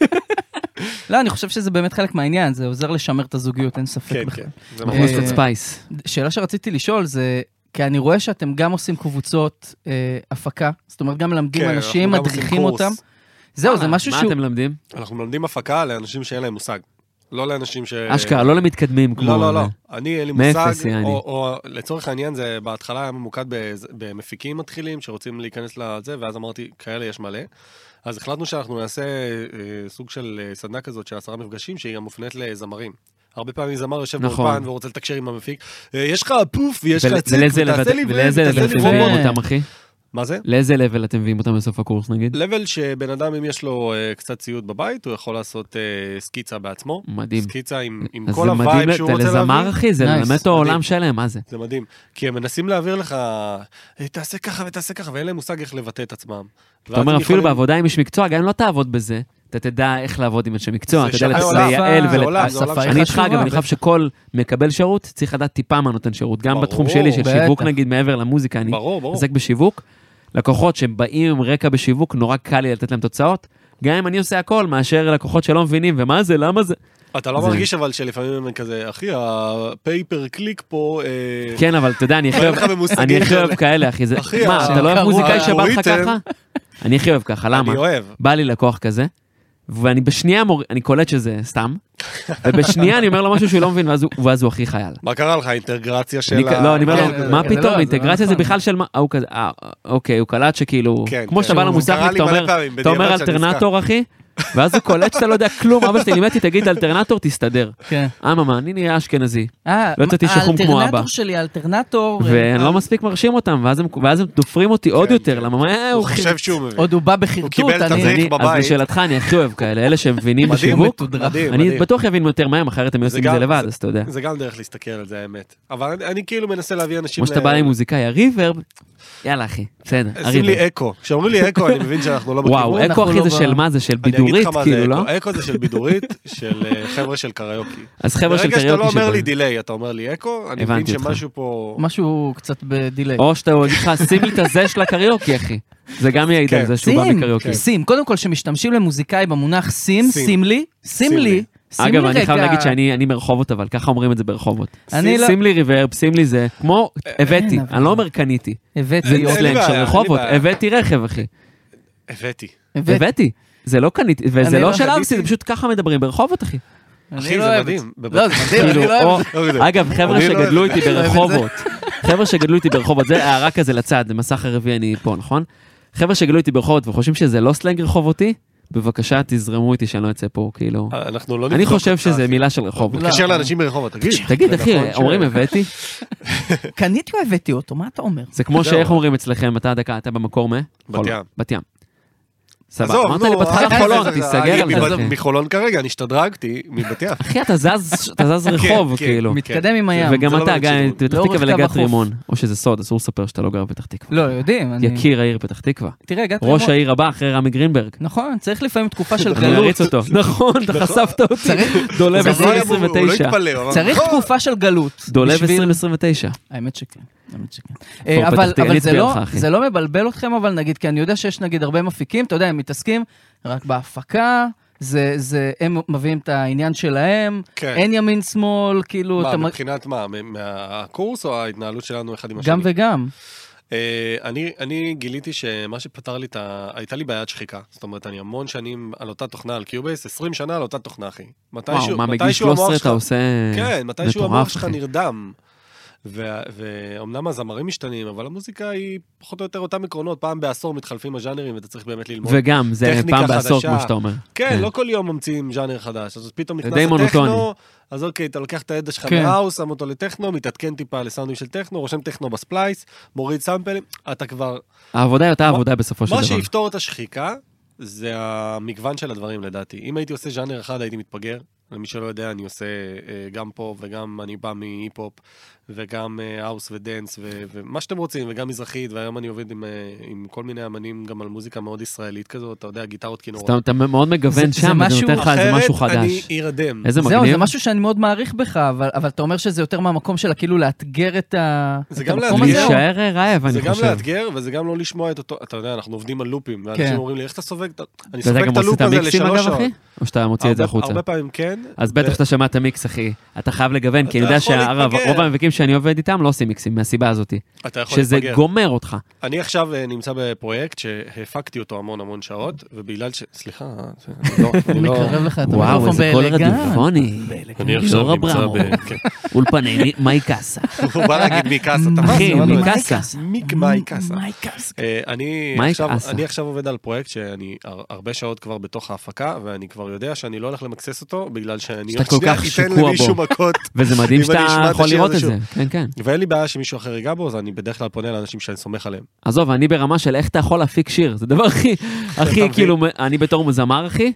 Speaker 1: לא, אני חושב שזה באמת חלק מהעניין, זה עוזר לשמר את הזוגיות, אין ספק
Speaker 4: כן,
Speaker 1: בכלל.
Speaker 4: כן. זה
Speaker 1: אה,
Speaker 3: מכניס
Speaker 4: ממש...
Speaker 3: קצת ספייס.
Speaker 1: שאלה שרציתי לשאול זה, כי אני רואה שאתם גם עושים קבוצות אה, הפקה, זאת אומרת גם מלמדים
Speaker 4: כן,
Speaker 1: אנשים,
Speaker 4: אנחנו גם עושים
Speaker 1: מדריכים
Speaker 4: קורס.
Speaker 1: אותם. זהו, זה משהו
Speaker 3: מה
Speaker 1: שהוא...
Speaker 3: אתם מלמדים?
Speaker 4: אנחנו מלמדים הפקה לאנשים שאין להם מושג. לא לאנשים ש...
Speaker 3: אשכרה, לא למתקדמים כמו...
Speaker 4: לא, לא, לא. אני, אין לי
Speaker 3: מאפס,
Speaker 4: מושג,
Speaker 3: יעני.
Speaker 4: או, או לצורך העניין, זה בהתחלה היה ממוקד בז- במפיקים מתחילים שרוצים להיכנס לזה, ואז אמרתי, כאלה יש מלא. אז החלטנו שאנחנו נעשה אה, סוג של אה, סדנה כזאת של עשרה מפגשים, שהיא גם מופנית לזמרים. הרבה פעמים זמר יושב
Speaker 3: נכון.
Speaker 4: באולפן ורוצה לתקשר עם המפיק, אה, יש לך פוף ויש לך
Speaker 3: ול-
Speaker 4: ציק,
Speaker 3: ולאיזה
Speaker 4: ותעשה
Speaker 3: לבל-
Speaker 4: לי
Speaker 3: ולאיזה
Speaker 4: ותעשה
Speaker 3: לבל
Speaker 4: לי
Speaker 3: אתם
Speaker 4: רובוט.
Speaker 3: מביאים אותם, אחי?
Speaker 4: מה זה?
Speaker 3: לאיזה לבל אתם מביאים אותם בסוף הקורס, נגיד?
Speaker 4: לבל שבן אדם, אם יש לו uh, קצת ציוד בבית, הוא יכול לעשות uh, סקיצה בעצמו.
Speaker 3: מדהים.
Speaker 4: סקיצה עם, עם
Speaker 3: אז
Speaker 4: כל
Speaker 3: זה
Speaker 4: הווייב
Speaker 3: מדהים,
Speaker 4: שהוא
Speaker 3: אתה
Speaker 4: רוצה
Speaker 3: לזמר,
Speaker 4: להביא.
Speaker 3: אחי, זה
Speaker 1: Nice.
Speaker 3: באמת אותו
Speaker 4: מדהים.
Speaker 3: עולם שלם, מה זה?
Speaker 4: זה מדהים. כי הם מנסים להעביר לך, "אה, תעשה ככה ותעשה ככה, ואין להם מושג איך לבטא את עצמם.
Speaker 3: אתה אומר, אפילו בעבודה עם איש מקצוע, גם אם לא תעבוד בזה, אתה תדע איך לעבוד עם אנשי מקצוע,
Speaker 4: זה
Speaker 3: אתה יודע
Speaker 4: שפה,
Speaker 3: לת-
Speaker 4: עולם,
Speaker 3: לייעל
Speaker 4: זה
Speaker 3: ול...
Speaker 4: עולם, זה עולם
Speaker 1: השפה
Speaker 4: שלם.
Speaker 3: אני איתך,
Speaker 1: חשובה,
Speaker 3: אגב, אני
Speaker 1: בטח.
Speaker 3: חושב שכל מקבל שירות צריך לדעת טיפה מה נותן שירות, גם
Speaker 4: ברור,
Speaker 3: בתחום שלי של שיווק,
Speaker 1: בטח.
Speaker 3: נגיד, מעבר למוזיקה, אני
Speaker 4: ברור, ברור.
Speaker 3: עוסק בשיווק, לקוחות שבאים עם רקע בשיווק, נורא קל לי לתת להם תוצאות, גם אם אני עושה הכל, מאשר לקוחות שלא מבינים, ומה זה, למה זה?
Speaker 4: אתה לא
Speaker 3: זה-
Speaker 4: מרגיש אבל שלפעמים הם כזה, אחי, הפייפר קליק פה... אה,
Speaker 3: כן, אבל אתה יודע, אני הכי
Speaker 4: אין
Speaker 3: אוהב,
Speaker 4: לך במושגים
Speaker 3: אני הכי
Speaker 4: כאלה.
Speaker 3: אוהב כאלה, אחי, זה,
Speaker 4: אחי,
Speaker 3: מה, אתה לא אוהב
Speaker 1: הקרוא-
Speaker 3: מוזיקאי שבא לך
Speaker 4: האלגוריתם-
Speaker 3: ככה? אני הכי אוהב ככה, למה?
Speaker 4: אני אוהב.
Speaker 3: בא לי לקוח כזה, ואני בשנייה, מור... אני קולט שזה סתם, ובשנייה אני אומר לו משהו שהוא לא מבין, ואז הוא, ואז הוא הכי חייל.
Speaker 4: מה קרה לך? אינטגרציה של
Speaker 3: אני,
Speaker 4: ה...
Speaker 3: לא, אני אומר
Speaker 1: כן,
Speaker 3: לו, מה
Speaker 1: זה
Speaker 3: פתאום,
Speaker 1: לא, זה
Speaker 3: אינטגרציה זה
Speaker 1: נכון.
Speaker 3: בכלל של מה, אה, הוא כזה, אה, אוקיי, הוא קלט שכאילו,
Speaker 4: כן,
Speaker 3: כמו
Speaker 4: כן.
Speaker 3: שאתה בא
Speaker 4: זה
Speaker 3: למוסכניק,
Speaker 4: קרה לי
Speaker 3: אתה
Speaker 4: מלא
Speaker 3: אומר,
Speaker 4: פעמים,
Speaker 3: אתה אומר
Speaker 4: בדיעבד שאני
Speaker 3: אלטרנטור, אחי, ואז הוא קולט שאתה לא יודע כלום, אבא שלי לימד אותי, תגיד אלטרנטור, תסתדר.
Speaker 1: כן.
Speaker 3: אממה, אני נראה אשכנזי,
Speaker 1: אה,
Speaker 3: לא יצאתי שחום כמו אבא.
Speaker 1: האלטרנטור שלי, האלטרנטור,
Speaker 3: ואני לא מספיק מרשים אותם, ואז הם- ואז הם דופרים אותי עוד
Speaker 4: כן,
Speaker 3: יותר,
Speaker 4: כן.
Speaker 3: למה, מה,
Speaker 4: הוא
Speaker 3: הוא
Speaker 4: חושב שהוא מבין.
Speaker 1: עוד הוא בא
Speaker 4: הוא
Speaker 1: בחרטוט,
Speaker 4: קיבל את
Speaker 1: אני...
Speaker 4: הזה.
Speaker 3: אני-
Speaker 4: בבית.
Speaker 3: אז לשאלתך, אני הכי אוהב כאלה, אלה שמבינים
Speaker 4: מדהים,
Speaker 3: בשיווק,
Speaker 1: מתודרך.
Speaker 4: מדהים,
Speaker 3: אני
Speaker 4: מדהים.
Speaker 3: בטוח יבין יותר מהם, אחרת הם
Speaker 4: זה
Speaker 3: עושים את זה
Speaker 4: גם-
Speaker 3: לבד,
Speaker 4: זה-
Speaker 3: אז אתה יודע.
Speaker 4: זה גם דרך להסתכל על זה, האמת. אבל אני, אני כאילו מנסה להביא אנשים...
Speaker 3: כמו שאתה בא עם מוזיקאי, הריברב, יאללה אחי, בסדר,
Speaker 4: שים
Speaker 3: הריברב.
Speaker 4: לי אקו. כשאומרים לי אקו, אני מבין שאנחנו לא בכיוון.
Speaker 3: וואו,
Speaker 1: אנחנו
Speaker 3: אקו אחי
Speaker 1: לא
Speaker 3: זה
Speaker 1: ב-
Speaker 3: של מה זה? של
Speaker 4: אני אגיד
Speaker 3: בידורית,
Speaker 4: לך מה
Speaker 3: כאילו,
Speaker 4: זה
Speaker 3: לא?
Speaker 4: אקו. אקו זה של בידורית, של אה, חבר'ה של קריוקי.
Speaker 3: אז חבר'ה של
Speaker 4: ברגע שאתה לא
Speaker 3: קריוקי
Speaker 4: אומר לי
Speaker 3: שבאים.
Speaker 4: דיליי, אתה אומר לי אקו, אני מבין
Speaker 3: הבנתי אותך.
Speaker 4: שמשהו פה...
Speaker 1: משהו קצת בדיליי.
Speaker 3: או שאתה יגיד לך, שים לי את הזה של הקריוקי, אחי. זה גם יעיד על
Speaker 4: כן.
Speaker 3: זה שהוא בא
Speaker 1: שים,
Speaker 3: מקריוקי.
Speaker 1: שים. קודם כל, שמשתמשים למוזיקאי במונח שים,
Speaker 4: שים.
Speaker 1: שים לי, שים
Speaker 4: שים
Speaker 1: לי,
Speaker 4: לי.
Speaker 1: שים לי
Speaker 3: אגב, אני חייב
Speaker 1: רגע.
Speaker 3: להגיד שאני אני מרחובות, אבל ככה אומרים את זה ברחובות.
Speaker 1: אני לא-
Speaker 3: שים לי ריברב, שים לי זה, כמו הבאתי,
Speaker 1: אבל-
Speaker 3: אני לא אומר קניתי.
Speaker 1: הבאתי,
Speaker 3: זה
Speaker 4: אין לי
Speaker 3: סלנג
Speaker 4: בעיה,
Speaker 3: של
Speaker 4: אין לי
Speaker 3: רחובות,
Speaker 4: בעיה.
Speaker 3: הבאתי רכב, אחי.
Speaker 4: הבאתי.
Speaker 1: הבאתי.
Speaker 3: הבאתי. זה לא קניתי, וזה
Speaker 1: אני
Speaker 3: לא
Speaker 1: לא
Speaker 3: של
Speaker 4: קניתי.
Speaker 3: ארסי, זה פשוט ככה מדברים ברחובות, אחי.
Speaker 1: אני
Speaker 4: אחי,
Speaker 1: לא
Speaker 4: זה
Speaker 1: אוהב את
Speaker 4: מדהים.
Speaker 1: לא, זה מדהים, אני
Speaker 3: כאילו,
Speaker 1: לא אוהב
Speaker 3: או-
Speaker 1: את זה.
Speaker 4: לא יודע.
Speaker 3: אגב, חבר'ה
Speaker 4: אני לא
Speaker 3: שגדלו
Speaker 4: אוהב
Speaker 3: איתי
Speaker 1: את זה.
Speaker 3: ברחובות, חבר'ה שגדלו איתי ברחובות, זה הערה כזה לצד, במסך הרביעי אני פה, נכון? חבר'ה שגדלו איתי ברחובות וחושבים שזה לא סלנג רחובותי, בבקשה תזרמו איתי שאני לא אצא פה, כאילו.
Speaker 4: אנחנו לא
Speaker 3: אני
Speaker 4: נבדוק
Speaker 3: חושב
Speaker 4: אותך,
Speaker 3: שזה
Speaker 4: אחי.
Speaker 3: מילה של רחובות.
Speaker 1: לא.
Speaker 4: מתקשר לאנשים ברחובות, תגיד.
Speaker 3: תגיד,
Speaker 4: זה
Speaker 3: אחי,
Speaker 4: נכון ש-
Speaker 3: אומרים הבאתי?
Speaker 1: קניתי או הבאתי אותו, מה אתה אומר?
Speaker 3: זה כמו
Speaker 4: זהו.
Speaker 3: שאיך אומרים אצלכם, אתה דקה, אתה במקור מה?
Speaker 4: בת
Speaker 3: חולון.
Speaker 4: ים.
Speaker 3: בת ים. סבבה,
Speaker 4: עזוב,
Speaker 3: אמרת
Speaker 4: נו,
Speaker 3: לי בהתחלה
Speaker 4: אה,
Speaker 3: חולון,
Speaker 4: זה- זה-
Speaker 3: תיסגר
Speaker 4: אני
Speaker 3: על זה,
Speaker 4: מב-
Speaker 3: אחי.
Speaker 4: מחולון כרגע, אני השתדרגתי מבת ים.
Speaker 3: אחי, אתה זז, אתה זז רחוב,
Speaker 4: כן,
Speaker 3: כאילו.
Speaker 1: מתקדם עם הים.
Speaker 3: וגם
Speaker 4: זה לא
Speaker 3: אתה,
Speaker 4: באמת
Speaker 3: גם
Speaker 4: שדרוג.
Speaker 3: פתח
Speaker 1: לאורך
Speaker 3: תקווה
Speaker 1: קו
Speaker 3: ולגת
Speaker 1: החוף.
Speaker 3: רימון, או שזה סוד, אסור לספר שאתה לא גר בפתח תקווה.
Speaker 1: לא, יודעים. אני-
Speaker 3: יקיר העיר פתח תקווה.
Speaker 1: תראה, הגעת...
Speaker 3: ראש
Speaker 1: למו-
Speaker 3: העיר הבא אחרי רמי גרינברג.
Speaker 1: נכון, צריך לפעמים תקופה של
Speaker 3: אני
Speaker 1: גלות.
Speaker 3: אריץ אותו. נכון, אתה חשפת אותי. דולב
Speaker 1: זה
Speaker 4: הוא לא היה-
Speaker 3: עשרים עשרים
Speaker 4: הוא לא
Speaker 3: ותשע.
Speaker 4: התפלא, הוא אמר,
Speaker 1: צריך
Speaker 4: נכון.
Speaker 1: תקופה של גלות.
Speaker 3: דולב
Speaker 1: בשביל-
Speaker 3: עשרים עשרים ותשע.
Speaker 1: האמת שכן, האמת שכן.
Speaker 3: פתח
Speaker 1: אה, אבל
Speaker 3: תקווה,
Speaker 1: אבל
Speaker 3: אני
Speaker 1: זה
Speaker 3: אצביע
Speaker 1: לא-
Speaker 3: לך, אחי.
Speaker 1: זה לא מבלבל אתכם, אבל נגיד, כי אני יודע שיש נגיד הרבה מפיקים, אתה יודע, הם מתעסקים רק בהפקה, זה, זה, הם מביאים את העניין שלהם,
Speaker 4: כן.
Speaker 1: אין ימין שמאל, כאילו,
Speaker 4: מה,
Speaker 1: אתה... מ-
Speaker 4: מבחינת מה? מ- מהקורס או ההתנהלות שלנו אחד עם השני?
Speaker 1: גם וגם.
Speaker 4: אה, אני, אני גיליתי שמה שפתר לי את ה... הייתה לי בעיית שחיקה. זאת אומרת, אני המון שנים על אותה תוכנה, על קיובייס, עשרים שנה על אותה תוכנה, אחי. מתישהו-
Speaker 3: וואו, מה, מגיל
Speaker 4: מתישהו
Speaker 3: שלוש עשרה
Speaker 4: המוח
Speaker 3: אתה
Speaker 4: שלך-
Speaker 3: עושה...
Speaker 4: כן, מתישהו
Speaker 3: מטורף,
Speaker 4: המוח שלך
Speaker 3: אחי.
Speaker 4: נרדם. ואומנם הזמרים משתנים, אבל המוזיקה היא פחות או יותר אותם עקרונות, פעם בעשור מתחלפים הז'אנרים, ואתה צריך באמת ללמוד.
Speaker 3: וגם, זה פעם בעשור, כמו שאתה אומר.
Speaker 4: כן, לא כל יום ממציאים ז'אנר חדש, אז פתאום נכנס הטכנו, אז אוקיי, אתה לוקח את הידע שלך מהאוס, שם אותו לטכנו, מתעדכן טיפה לסאונדים של טכנו, רושם טכנו בספלייס, מוריד סאמפלים, אתה כבר...
Speaker 3: העבודה היא אותה עבודה בסופו של דבר.
Speaker 4: מה שיפתור את השחיקה, זה המגוון של הדברים לדעתי. אם הייתי עושה ז'אנר אחד, הייתי מתפגר. למי שלא יודע, אני עושה גם פופ, וגם אני בא מהיפ-הופ, וגם האוס ודנס, ומה שאתם רוצים, וגם מזרחית, והיום אני עובד עם, עם כל מיני אמנים, גם על מוזיקה מאוד ישראלית כזאת, אתה יודע, גיטרות כינורות.
Speaker 3: אתה מאוד מגוון שם, זה נותן לך איזה משהו חדש.
Speaker 4: אני ירדם.
Speaker 3: איזה מגניב.
Speaker 1: זהו, זה משהו שאני מאוד מעריך בך, אבל, אבל אתה אומר שזה יותר מהמקום של כאילו לאתגר את, ה...
Speaker 4: זה
Speaker 1: את
Speaker 4: גם
Speaker 1: המקום
Speaker 4: לאתגר.
Speaker 1: הזה.
Speaker 3: להישאר רעב, אני חושב.
Speaker 4: זה גם לאתגר, וזה גם לא לשמוע את אותו, אתה יודע, אנחנו עובדים על לופים, ואנשים
Speaker 1: כן.
Speaker 4: אומרים לי, איך אתה סובג? אני
Speaker 3: אתה
Speaker 4: סובג
Speaker 3: גם
Speaker 4: את
Speaker 3: עושה
Speaker 4: הלופ
Speaker 3: את
Speaker 4: הזה
Speaker 3: המיקסים
Speaker 4: לשלוש
Speaker 3: אגב,
Speaker 4: שעות.
Speaker 3: אחי? או שאתה מוציא את זה החוצה?
Speaker 4: הרבה פעמים כן.
Speaker 3: אז בטח שאתה שמע את המיקס, אחי. אתה חייב לגוון, כי אני יודע
Speaker 4: יכול
Speaker 3: שהרוב
Speaker 4: להתפגר.
Speaker 3: המפיקים שאני עובד איתם לא עושים מיקסים, מהסיבה הזאת.
Speaker 4: אתה יכול
Speaker 3: שזה
Speaker 4: להתפגר.
Speaker 3: גומר אותך.
Speaker 4: אני עכשיו אה, נמצא בפרויקט שהפקתי אותו המון המון שעות, ובגלל ש... סליחה, זה- אני לא... אני לא-
Speaker 1: מקרב לך את
Speaker 3: וואו,
Speaker 1: המיקרופון
Speaker 3: איזה קול
Speaker 1: באלגנט.
Speaker 3: רדיופוני.
Speaker 4: אני עכשיו
Speaker 3: יורא
Speaker 4: נמצא
Speaker 3: ברמו.
Speaker 4: ב... כן.
Speaker 3: אולפני מייקסה.
Speaker 4: הוא בא להגיד מיקאסה, אתה מה?
Speaker 3: אחי,
Speaker 4: זה? מה לא?
Speaker 3: מיקאסה.
Speaker 4: מיק מייקאסה.
Speaker 1: מייקאסה.
Speaker 4: אה, אני
Speaker 3: מייק
Speaker 4: עכשיו-
Speaker 3: אסה.
Speaker 4: אני עכשיו עובד על פרויקט שאני הר- הרבה שעות כבר בתוך ההפקה, ואני כבר יודע שאני לא הולך למקסס אותו, בגלל שאני
Speaker 3: שאתה
Speaker 4: עוד
Speaker 3: כל
Speaker 4: שנייה
Speaker 3: כך
Speaker 4: אתן
Speaker 3: שקוע
Speaker 4: למישהו
Speaker 3: בו.
Speaker 4: מכות.
Speaker 3: וזה מדהים
Speaker 4: אם אני
Speaker 3: שאתה
Speaker 4: אשמע את
Speaker 3: יכול
Speaker 4: השיר
Speaker 3: לראות
Speaker 4: הזה
Speaker 3: את זה.
Speaker 4: שוב.
Speaker 3: כן, כן.
Speaker 4: ואין לי בעיה שמישהו אחר ייגע בו, אז אני בדרך כלל פונה לאנשים שאני סומך עליהם.
Speaker 3: עזוב, אני ברמה של איך אתה יכול להפיק שיר. זה דבר הכי, הכי
Speaker 4: מבין?
Speaker 3: כאילו, אני בתור מזמר, אחי,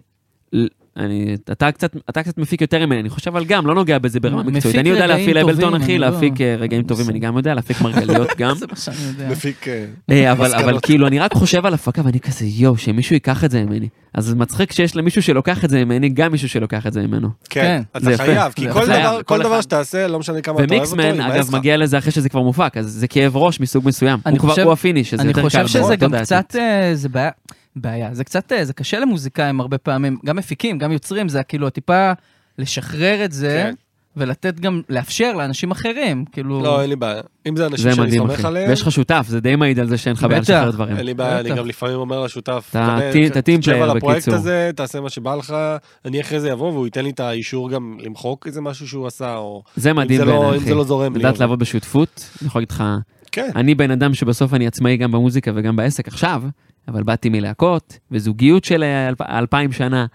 Speaker 3: אני, אתה קצת, אתה קצת מפיק יותר ממני, אני חושב, אבל גם, לא נוגע בזה ברמה
Speaker 1: מפיק
Speaker 3: מקצועית. אני יודע
Speaker 1: רגעים
Speaker 3: להפעיל אבלטון,
Speaker 1: טובים,
Speaker 3: אחי,
Speaker 1: אני לא-
Speaker 3: להפיק אה, רגעים טובים, אני גם יודע, להפיק מרגליות גם.
Speaker 1: זה מה שאני יודע.
Speaker 4: מפיק... אה,
Speaker 3: אה, אבל,
Speaker 4: מסקנות.
Speaker 3: אבל כאילו, אני רק חושב על הפקה, ואני כזה, יואו, שמישהו ייקח את זה ממני. אז זה מצחיק שיש למישהו שלוקח את זה ממני, גם מישהו שלוקח את זה ממנו.
Speaker 4: כן,
Speaker 3: זה
Speaker 4: אתה
Speaker 3: יפה.
Speaker 4: חייב, כי
Speaker 3: זה
Speaker 4: כל
Speaker 3: חייב,
Speaker 4: דבר-
Speaker 3: כל
Speaker 4: כל דבר
Speaker 3: אחד.
Speaker 4: שתעשה, לא משנה כמה אתה אוהב אותו,
Speaker 3: ומיקסמן,
Speaker 4: יימאס
Speaker 3: אגב,
Speaker 4: לך.
Speaker 3: מגיע לזה אחרי שזה כבר מופק, אז זה כאב ראש מסוג מסוים.
Speaker 1: אני
Speaker 3: הוא כבר,
Speaker 1: חושב-
Speaker 3: הוא הפיניש, שזה
Speaker 1: אני
Speaker 3: יותר קל.
Speaker 1: חושב שזה
Speaker 3: מאוד,
Speaker 1: גם
Speaker 3: תודה,
Speaker 1: קצת, אה, זה בעיה, בעיה, זה קצת, אה, זה קשה למוזיקאים הרבה פעמים, גם מפיקים, גם יוצרים, זה כאילו טיפה לשחרר את זה,
Speaker 4: כן.
Speaker 1: ולתת גם, לאפשר לאנשים אחרים, כאילו...
Speaker 4: לא, אין לי בעיה. אם זה אנשים
Speaker 3: זה
Speaker 4: שאני
Speaker 3: מדהים,
Speaker 4: סומך
Speaker 3: אחי.
Speaker 4: עליהם,
Speaker 3: ויש לך שותף, זה די מעיד על זה שאין לך בעיה
Speaker 1: בטח.
Speaker 3: לשחרר דברים.
Speaker 4: אין לי בעיה, אני
Speaker 1: בטח.
Speaker 4: גם לפעמים אומר לשותף,
Speaker 3: אתה
Speaker 4: "תקבל,
Speaker 3: טים- אתה טים
Speaker 4: תשב
Speaker 3: פלייר,
Speaker 4: על הפרויקט
Speaker 3: בקיצור."
Speaker 4: הזה, תעשה מה שבא לך, אני אחרי זה אבוא, והוא ייתן לי את האישור גם למחוק איזה משהו שהוא עשה, או...
Speaker 3: זה מדהים
Speaker 4: זה לא-
Speaker 3: בעיניי,
Speaker 4: אם
Speaker 3: אחי.
Speaker 4: זה לא זורם לי,
Speaker 3: לדעת
Speaker 4: אז-
Speaker 3: לעבוד בשותפות, אני יכול להגיד לך,
Speaker 4: כן.
Speaker 3: אני בן אדם שבסוף אני עצמאי גם במוזיקה וגם בעסק עכשיו, אבל באתי מלהקות, וזוגיות של אלפ- אלפיים שנה,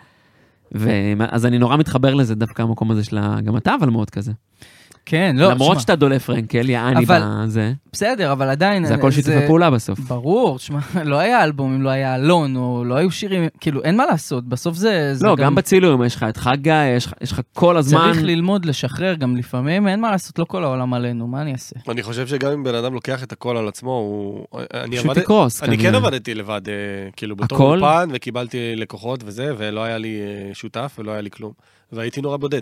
Speaker 3: ואז אני נורא מתחבר לזה, דווקא המקום הזה של גם אתה, אבל מאוד כזה.
Speaker 1: כן, לא,
Speaker 3: למרות
Speaker 1: תשמע,
Speaker 3: שאתה דולף פרנקל, יעני
Speaker 1: אבל-
Speaker 3: בזה,
Speaker 1: בסדר, אבל עדיין...
Speaker 3: זה הכל שיתופי פעולה בסוף.
Speaker 1: ברור, תשמע, לא היה אלבום אם לא היה אלון, או לא היו שירים, כאילו, אין מה לעשות, בסוף זה... זה
Speaker 3: לא, גם בצילום, יש לך את חגה, יש לך- יש לך כל הזמן,
Speaker 1: צריך ללמוד, לשחרר, גם לפעמים, אין מה לעשות, לא כל העולם עלינו, מה אני אעשה?
Speaker 4: אני חושב שגם אם בן אדם לוקח את הכל על עצמו, הוא... אני
Speaker 3: פשוט
Speaker 4: עבד-
Speaker 3: תקרוס.
Speaker 4: אני כן
Speaker 3: כנראה.
Speaker 4: עבדתי לבד, אה, כאילו, בתור
Speaker 3: הכל?
Speaker 4: אולפן, וקיבלתי לקוחות וזה, ולא היה לי אה, שותף, ולא היה לי כלום. והייתי נורא בודד.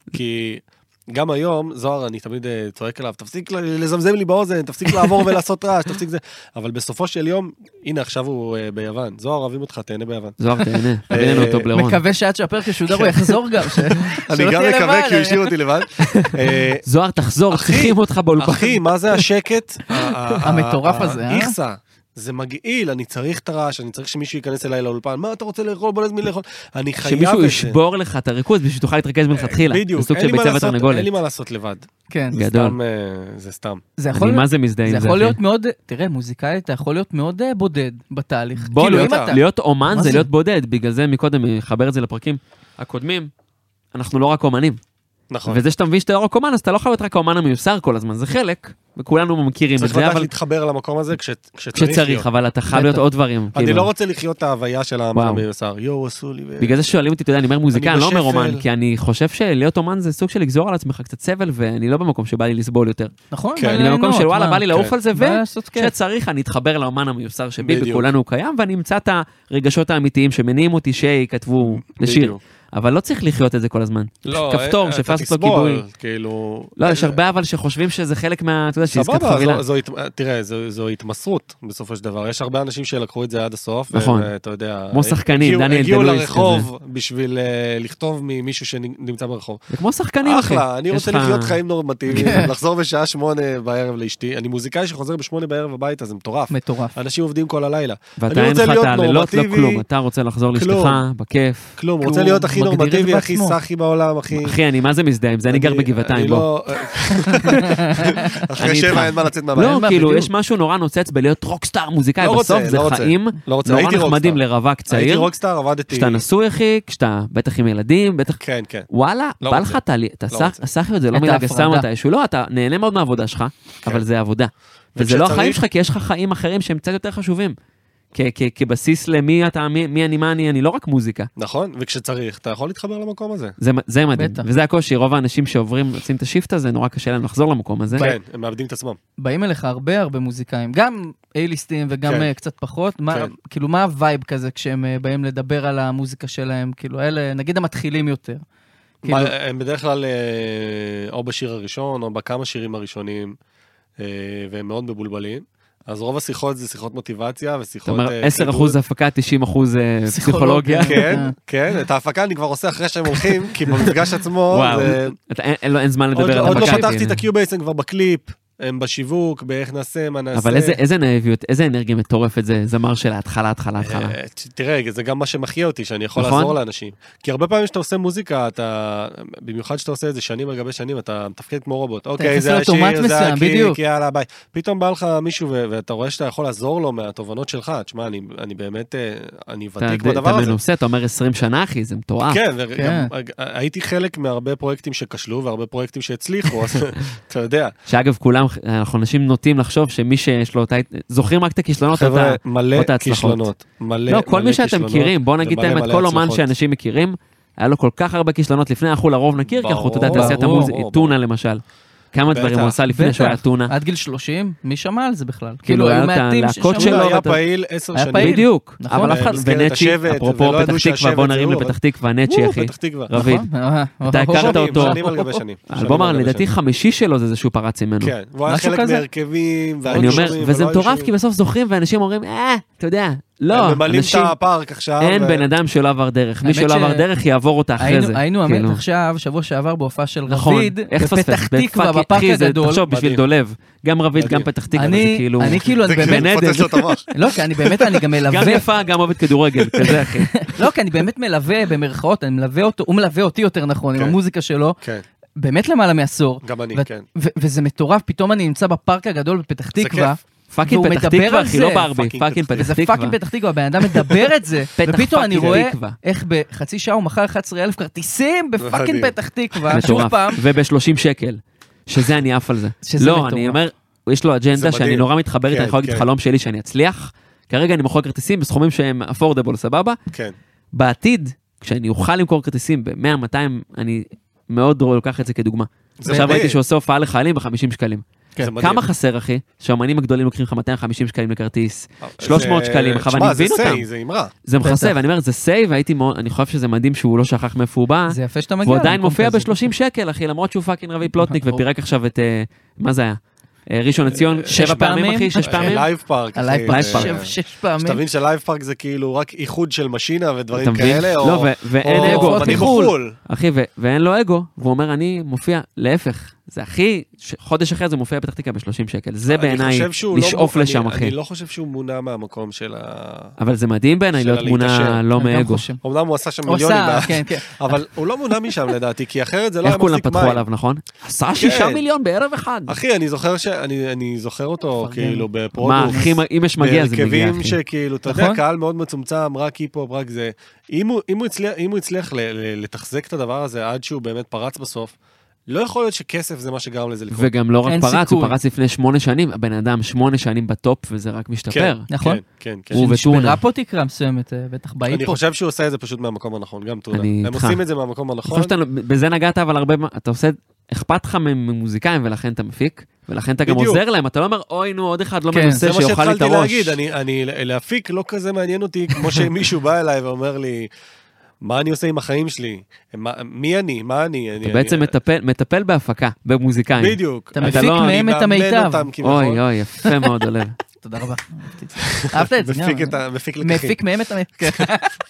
Speaker 4: כי גם היום, זוהר, אני תמיד אה, צועק עליו, תפסיק ל- לזמזם לי באוזן, תפסיק לעבור ולעשות רעש, תפסיק זה. אבל בסופו של יום, הנה, עכשיו הוא אה, ביוון. זוהר, אוהבים אותך, תהנה ביוון.
Speaker 3: זוהר, תהנה, תביא לנו אותו בלרון.
Speaker 1: מקווה שעד שהפרק ישודר הוא יחזור גם, ש-
Speaker 4: אני
Speaker 1: שלא
Speaker 4: גם
Speaker 1: תהיה
Speaker 4: מקווה,
Speaker 1: לבד,
Speaker 4: כי הוא השאיר אותי לבד. אה,
Speaker 3: זוהר, תחזור,
Speaker 4: אחי,
Speaker 3: צריכים אותך באולפן.
Speaker 4: אחי, מה זה השקט?
Speaker 1: המטורף הזה, אה?
Speaker 4: איכסה. זה מגעיל, אני צריך את הרעש, אני צריך שמישהו ייכנס אליי לאולפן, מה אתה רוצה לאכול? בוא נזמין לאכול. אני חייב את זה.
Speaker 3: שמישהו ישבור לך את הריכוז בשביל שתוכל להתרכז מלכתחילה.
Speaker 4: בדיוק,
Speaker 3: זה סוג
Speaker 4: אין
Speaker 3: של
Speaker 4: לי מה
Speaker 3: ביצה
Speaker 4: לעשות-
Speaker 3: ותרנגולת.
Speaker 4: אין לי מה לעשות לבד.
Speaker 1: כן.
Speaker 4: זה
Speaker 3: גדול.
Speaker 4: סתם, אה, זה סתם.
Speaker 1: זה יכול
Speaker 3: אני
Speaker 1: להיות-
Speaker 3: מה זה מזדהה
Speaker 1: זה
Speaker 3: עם זה,
Speaker 1: יכול
Speaker 3: אחי.
Speaker 1: להיות מאוד, תראה, מוזיקאי, אתה יכול להיות מאוד אה, בודד בתהליך.
Speaker 3: בוא,
Speaker 1: כאילו,
Speaker 3: להיות-
Speaker 1: אם אתה...
Speaker 3: להיות אומן
Speaker 1: מה
Speaker 3: זה
Speaker 1: זה?
Speaker 3: להיות בודד, בגלל זה מקודם, אחבר את זה לפרקים הקודמים, אנחנו לא רק אומנים.
Speaker 4: נכון.
Speaker 3: וזה שאתה מבין שאתה לא רק אומן, אז אתה לא יכול להיות רק האומן המיוסר כל הזמן, זה חלק, וכולנו מכירים את
Speaker 4: צריך
Speaker 3: זה,
Speaker 4: לדעת
Speaker 3: אבל
Speaker 4: להתחבר למקום הזה כש- כשצריך
Speaker 3: כשצריך,
Speaker 4: להיות.
Speaker 3: אבל אתה חייב להיות
Speaker 1: בטח.
Speaker 3: עוד דברים.
Speaker 4: אני
Speaker 3: כאילו.
Speaker 4: לא רוצה לחיות את ההוויה של האמן
Speaker 3: וואו.
Speaker 4: המיוסר. יואו, עשו לי... ו-
Speaker 3: בגלל זה שואלים אותי, אתה יודע, אני אומר מוזיקאי,
Speaker 4: אני
Speaker 3: אני לא אומר
Speaker 4: בשפל.
Speaker 3: אומן, כי אני חושב שלהיות אומן זה סוג של לגזור על עצמך קצת סבל, ואני לא במקום שבא לי לסבול יותר.
Speaker 1: נכון,
Speaker 4: כן.
Speaker 1: בא לי
Speaker 3: אני במקום
Speaker 1: ליהנות,
Speaker 3: של וואלה,
Speaker 1: מה?
Speaker 3: בא לי לעוף
Speaker 4: כן.
Speaker 3: על זה,
Speaker 1: בא לעשות כיף.
Speaker 3: וכשצריך אני אתחבר לאומן המיוסר שבי,
Speaker 4: בדיוק.
Speaker 3: וכולנו הוא קיים, ואני אמצא את הרגשות האמיתיים שמניעים אותי שייכתבו לשיר.
Speaker 4: בדיוק.
Speaker 3: אבל לא צריך לחיות את זה כל הזמן.
Speaker 4: לא,
Speaker 3: כפתור,
Speaker 4: אה,
Speaker 3: שפס
Speaker 4: אתה
Speaker 3: אותו
Speaker 4: תסבול,
Speaker 3: כיבוי.
Speaker 4: כאילו...
Speaker 3: לא, יש הרבה אבל שחושבים שזה חלק מה... אתה יודע, שעסקת
Speaker 4: סבבה,
Speaker 3: חבילה.
Speaker 4: זו- זו הת- תראה, זו- זו התמסרות בסופו של דבר. יש הרבה אנשים שלקחו את זה עד הסוף.
Speaker 3: נכון.
Speaker 4: ואתה יודע...
Speaker 3: כמו שחקנים,
Speaker 4: הגיעו-
Speaker 3: דניאל
Speaker 4: הגיעו
Speaker 3: דה-לואיס
Speaker 4: לרחוב בשביל אה, לכתוב ממישהו שנמצא ברחוב.
Speaker 3: זה כמו שחקנים, אחי.
Speaker 4: אחלה, אני
Speaker 3: יש
Speaker 4: רוצה
Speaker 3: לך-
Speaker 4: לחיות חיים נורמטיביים,
Speaker 1: כן.
Speaker 4: לחזור בשעה שמונה בערב לאשתי. אני מוזיקאי שחוזר בשמונה בערב הביתה, זה מטורף.
Speaker 1: מטורף.
Speaker 4: אנשים עובדים כל הלילה.
Speaker 3: ואתה
Speaker 4: אני
Speaker 3: אין
Speaker 4: רוצה
Speaker 3: לך
Speaker 4: להיות
Speaker 3: את הלילות, לא
Speaker 4: נורמטיבי.
Speaker 3: כלום. אתה רוצה לחזור
Speaker 4: כלום.
Speaker 3: לאשתך, בכיף.
Speaker 4: כלום,
Speaker 1: כי
Speaker 4: רוצה
Speaker 1: הוא
Speaker 4: להיות הכי נורמטיבי, הכי סחי בעולם, הכי...
Speaker 3: אחי, אני מה זה מזדהה עם זה, אני גר בגבעתיים, בוא.
Speaker 4: אחרי שבע אין מה לצאת מהבית.
Speaker 3: לא, כאילו, יש משהו נורא נוצץ בלהיות רוקסטאר מוזיקאי, בסוף זה חיים נורא נחמדים לרווק צעיר.
Speaker 4: הייתי רוקסטאר, עבדתי...
Speaker 3: כשאתה נשוי, אחי, כשאתה בטח עם ילדים, בטח...
Speaker 4: כן, כן.
Speaker 3: וואלה, בא לך, אתה סחי את זה, לא מילה גסה מתישהו, לא, אתה נהנה מאוד מהעבודה שלך, אבל זה עבודה. וזה לא החיים שלך, כי יש לך חיים אחרים שהם קצת יותר חשובים. כבסיס למי אתה, מי אני, מה אני, אני לא רק מוזיקה.
Speaker 4: נכון, וכשצריך, אתה יכול להתחבר למקום הזה.
Speaker 3: זה מדהים, וזה הקושי, רוב האנשים שעוברים, עושים את השיפט הזה, נורא קשה להם לחזור למקום הזה.
Speaker 4: כן, הם מאבדים את עצמם.
Speaker 1: באים אליך הרבה הרבה מוזיקאים, גם אייליסטים וגם קצת פחות, כאילו מה הווייב כזה כשהם באים לדבר על המוזיקה שלהם, כאילו אלה, נגיד המתחילים יותר.
Speaker 4: הם בדרך כלל או בשיר הראשון, או בכמה שירים הראשונים, והם מאוד מבולבלים. אז רוב השיחות זה שיחות מוטיבציה ושיחות...
Speaker 3: זאת אומרת, עשרה אחוז הפקה, תשעים אחוז פסיכולוגיה.
Speaker 4: כן, כן, את ההפקה אני כבר עושה אחרי שהם הולכים, כי במפגש עצמו...
Speaker 3: וואו, אין זמן לדבר על הפקה.
Speaker 4: עוד לא פתחתי את הקיובייס, הם כבר בקליפ, הם בשיווק, באיך נעשה, מה נעשה.
Speaker 3: אבל איזה נאיביות, איזה אנרגיה מטורפת זה, זמר של ההתחלה, התחלה, התחלה.
Speaker 4: תראה, זה גם מה שמחיה אותי, שאני יכול לעזור לאנשים. כי הרבה פעמים שאתה עושה מוזיקה, אתה, במיוחד שאתה עושה את זה שנים על גבי שנים, אתה מתפקד כמו רובוט. אוקיי, זה השיר, זה הקיק, יאללה, ביי. פתאום בא לך מישהו, ואתה רואה שאתה יכול לעזור לו מהתובנות שלך. תשמע, אני באמת, אני ותיק בדבר הזה.
Speaker 3: אתה מנוסה, אתה אומר עשרים שנה, אחי, זה מטורף.
Speaker 4: כן, וגם הייתי חלק מהרבה פרויקטים שכשלו, והרבה פרויקטים שהצליחו, אז אתה יודע. שאגב, כולם
Speaker 3: אנחנו אנשים נוטים לחשוב שמי שיש לו, זוכרים רק את הכישלונות,
Speaker 4: חבר'ה, מלא כישלונות.
Speaker 3: לא, כל מי שאתם מכירים, בואו נגיד להם את כל אומן שאנשים מכירים, היה לו כל כך הרבה כישלונות לפני, אנחנו לרוב נכיר, כי אנחנו, אתה יודע, תעשה את המוזיקה, טונה למשל. כמה דברים הוא עשה לפני שהוא היה טונה.
Speaker 1: עד גיל שלושים, מי שמע על זה בכלל?
Speaker 3: כאילו, היה את הלהקות שלו.
Speaker 4: היה פעיל עשר שנים.
Speaker 3: בדיוק. אבל אף אחד, ונצ'י, אפרופו פתח תקווה, בוא נרים לפתח תקווה, נצ'י, אחי. רביד. אתה הכרת אותו. אלבום, לדעתי חמישי שלו זה איזשהו פרץ ממנו.
Speaker 4: כן, והוא היה חלק מהרכבים.
Speaker 3: אני אומר, וזה מטורף, כי בסוף זוכרים, ואנשים אומרים, אה, אתה יודע, לא,
Speaker 4: אנשים,
Speaker 3: אין בן אדם שלא עבר דרך, מי שלא עבר דרך יעבור אותה אחרי זה.
Speaker 1: היינו אמת עכשיו, שבוע שעבר בהופעה של רביד, בפתח תקווה, בפארק הגדול.
Speaker 3: תחשוב, בשביל דולב, גם רביד, גם פתח תקווה, זה כאילו...
Speaker 1: אני כאילו, אני באמת... לא, כי אני באמת, אני גם מלווה...
Speaker 3: גם יפה, גם עובד כדורגל, כזה אחי.
Speaker 1: לא, כי אני באמת מלווה במרכאות, אני מלווה אותו, הוא מלווה אותי יותר נכון, עם המוזיקה שלו. באמת למעלה מעשור.
Speaker 4: גם אני, כן.
Speaker 1: וזה מטורף, פתאום אני נמצא בפארק הגדול בפתח תקווה.
Speaker 3: פאקינג פתח תקווה, אחי, לא ברבי, פאקינג פתח תקווה.
Speaker 1: זה פאקינג פתח תקווה, הבן אדם מדבר את זה, ופתאום אני רואה איך בחצי שעה הוא מכר אחד עשר אלף כרטיסים בפאקינג פתח תקווה, שוב פעם.
Speaker 3: וב-שלושים שקל, שזה אני אף על זה. לא, אני אומר, יש לו אג'נדה שאני נורא מתחבר איתה, אני יכול להגיד חלום שלי שאני אצליח, כרגע אני מוכר כרטיסים בסכומים שהם אפורדבול, סבבה? בעתיד, כשאני אוכל למכור כרטיסים ב-מאה מאתיים, אני מאוד לוקח את זה כדוגמה. עכשיו ראיתי שהוא עושה הופעה לחיילים ב-חמישים שקלים. כמה חסר, אחי? שהאמנים הגדולים לוקחים לך מאתיים וחמישים שקלים לכרטיס, שלוש מאות שקלים, אבל אני מבין אותם.
Speaker 4: זה סי, זה אמרה.
Speaker 3: זה מחסה, ואני אומר, זה סי, והייתי מאוד, אני חושב שזה מדהים שהוא לא שכח מאיפה הוא בא.
Speaker 1: זה יפה שאתה מגיע.
Speaker 3: והוא עדיין מופיע ב-שלושים שקל, אחי, למרות שהוא פאקינג רבי פלוטניק, ופירק עכשיו את, מה זה היה? ראשון לציון, שבע פעמים, אחי, שש פעמים.
Speaker 4: לייב פארק.
Speaker 1: לייב פארק, שש פעמים.
Speaker 4: שתבין שלייב פארק זה כאילו רק איחוד של משינה ודברים כאלה, או...
Speaker 3: לא, ואין אגו.
Speaker 4: אני בחול.
Speaker 3: אחי, ואין לו אגו, והוא אומר, אני מופיע, להפך. זה הכי, חודש אחרי זה מופיע פתח תקווה ב-שלושים שקל. זה בעיניי לשאוף לשם, אחי.
Speaker 4: אני לא חושב שהוא מונע מהמקום של ה...
Speaker 3: אבל זה מדהים בעיניי להיות מונע לא מאגו.
Speaker 4: אמנם הוא עשה שם מיליונים, אבל הוא לא מונע משם לדעתי, כי אחרת זה לא היה
Speaker 3: מספיק מים. איך כולם פתחו עליו, נכון? עשה שישה מיליון בערב אחד.
Speaker 4: אחי, אני זוכר שאני זוכר אותו כאילו בפרודוקס.
Speaker 3: מה, אחי, אם יש מגיע זה מגיע,
Speaker 4: בהרכבים שכאילו, אתה יודע, קהל מאוד מצומצם, רק היפ-הופ, רק זה. אם הוא הצליח לתחזק את הדבר הזה עד שהוא באמת פרץ בסוף, לא יכול להיות שכסף זה מה שגרם לזה לקרות.
Speaker 3: וגם לא רק פרץ, הוא פרץ לפני שמונה שנים, הבן אדם שמונה שנים בטופ, וזה רק משתפר.
Speaker 1: נכון?
Speaker 4: כן, כן.
Speaker 3: הוא וטונה.
Speaker 1: שנשברה פה תקרה מסוימת, בטח בהיפו.
Speaker 4: אני חושב שהוא עושה את זה פשוט מהמקום הנכון, גם טונה. הם עושים את זה מהמקום הנכון.
Speaker 3: בזה נגעת, אבל הרבה, אתה עושה, אכפת לך ממוזיקאים, ולכן אתה מפיק, ולכן אתה גם עוזר להם, אתה לא אומר, אוי, נו, עוד אחד לא מנוסה שיוכל לי את הראש.
Speaker 4: אני להפיק לא כזה מעניין אותי, כמו שמישהו בא אליי ואומר לי, מה אני עושה עם החיים שלי? מי אני? מה אני?
Speaker 3: אתה בעצם מטפל בהפקה, במוזיקאים.
Speaker 4: בדיוק.
Speaker 1: אתה מפיק מהם את המיטב.
Speaker 3: אוי, אוי, יפה מאוד, עולה.
Speaker 1: תודה רבה. אהבת את זה.
Speaker 4: מפיק לקחים.
Speaker 1: מפיק מהם את המיטב.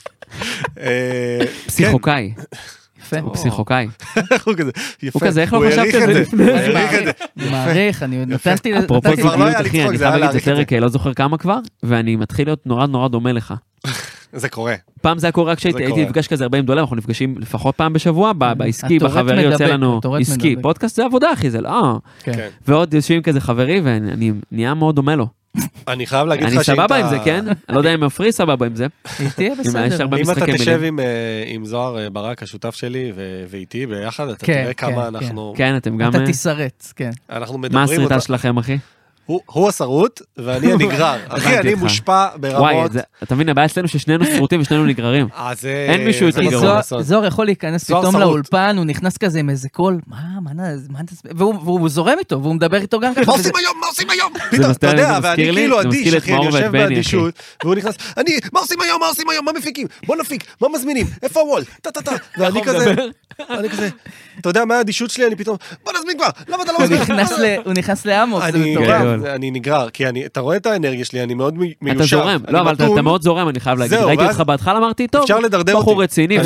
Speaker 3: פסיכוקאי.
Speaker 1: יפה.
Speaker 3: הוא פסיכוקאי.
Speaker 4: הוא כזה, יפה.
Speaker 3: הוא כזה, איך לא חשבת את זה לפני?
Speaker 1: מעריך, אני נתתי...
Speaker 3: אפרופו זוגיות, אחי, אני חייב להגיד, זה פרק, לא זוכר כמה כבר, ואני מתחיל להיות נורא נורא דומה לך.
Speaker 4: זה קורה.
Speaker 3: פעם זה היה קורה רק כשהייתי נפגש כזה ארבעים דולר, אנחנו נפגשים לפחות פעם בשבוע, בעסקי, בחברי יוצא לנו עסקי, פודקאסט זה עבודה אחי, זה לא, ועוד יושבים כזה חברי, ואני נהיה מאוד דומה לו.
Speaker 4: אני חייב להגיד לך
Speaker 3: אני סבבה עם זה, כן? אני לא יודע אם מפרי סבבה עם זה.
Speaker 1: איתי בסדר.
Speaker 4: אם אתה תשב עם זוהר ברק, השותף שלי, ואיתי ביחד, אתה תראה כמה אנחנו...
Speaker 3: כן, אתם גם...
Speaker 1: אתה תסרט, כן.
Speaker 3: מה הסריטה שלכם, אחי?
Speaker 4: הוא השרוט, ואני הנגרר. אחי, אני מושפע ברמות...
Speaker 3: אתה מבין, הבעיה אצלנו ששנינו שרוטים ושנינו נגררים. אין מישהו יותר גרוע.
Speaker 1: זוהר יכול להיכנס פתאום לאולפן, הוא נכנס כזה עם איזה קול, מה, מה, מה, והוא זורם איתו, והוא מדבר איתו גם ככה.
Speaker 4: מה עושים היום? מה עושים היום? פתאום, אתה יודע, ואני כאילו אדיש, אחי, אני יושב באדישות, והוא נכנס, אני, מה עושים היום? מה עושים היום? מה מפיקים? בוא נפיק, מה מזמינים? איפה הוול? טה-טה-טה. ואני כזה, אני כזה, אתה יודע מה האדישות שלי? אני פתאום, בוא נזמין כבר, למה אתה לא מזמין?
Speaker 1: הוא נכנס לעמוק,
Speaker 4: אני נגרר, כי אתה רואה את האנרגיה שלי, אני מאוד מיושב.
Speaker 3: אתה זורם, לא, אבל אתה מאוד זורם, אני חייב להגיד. ראיתי אותך בהתחלה, אמרתי, טוב, בחור רציני.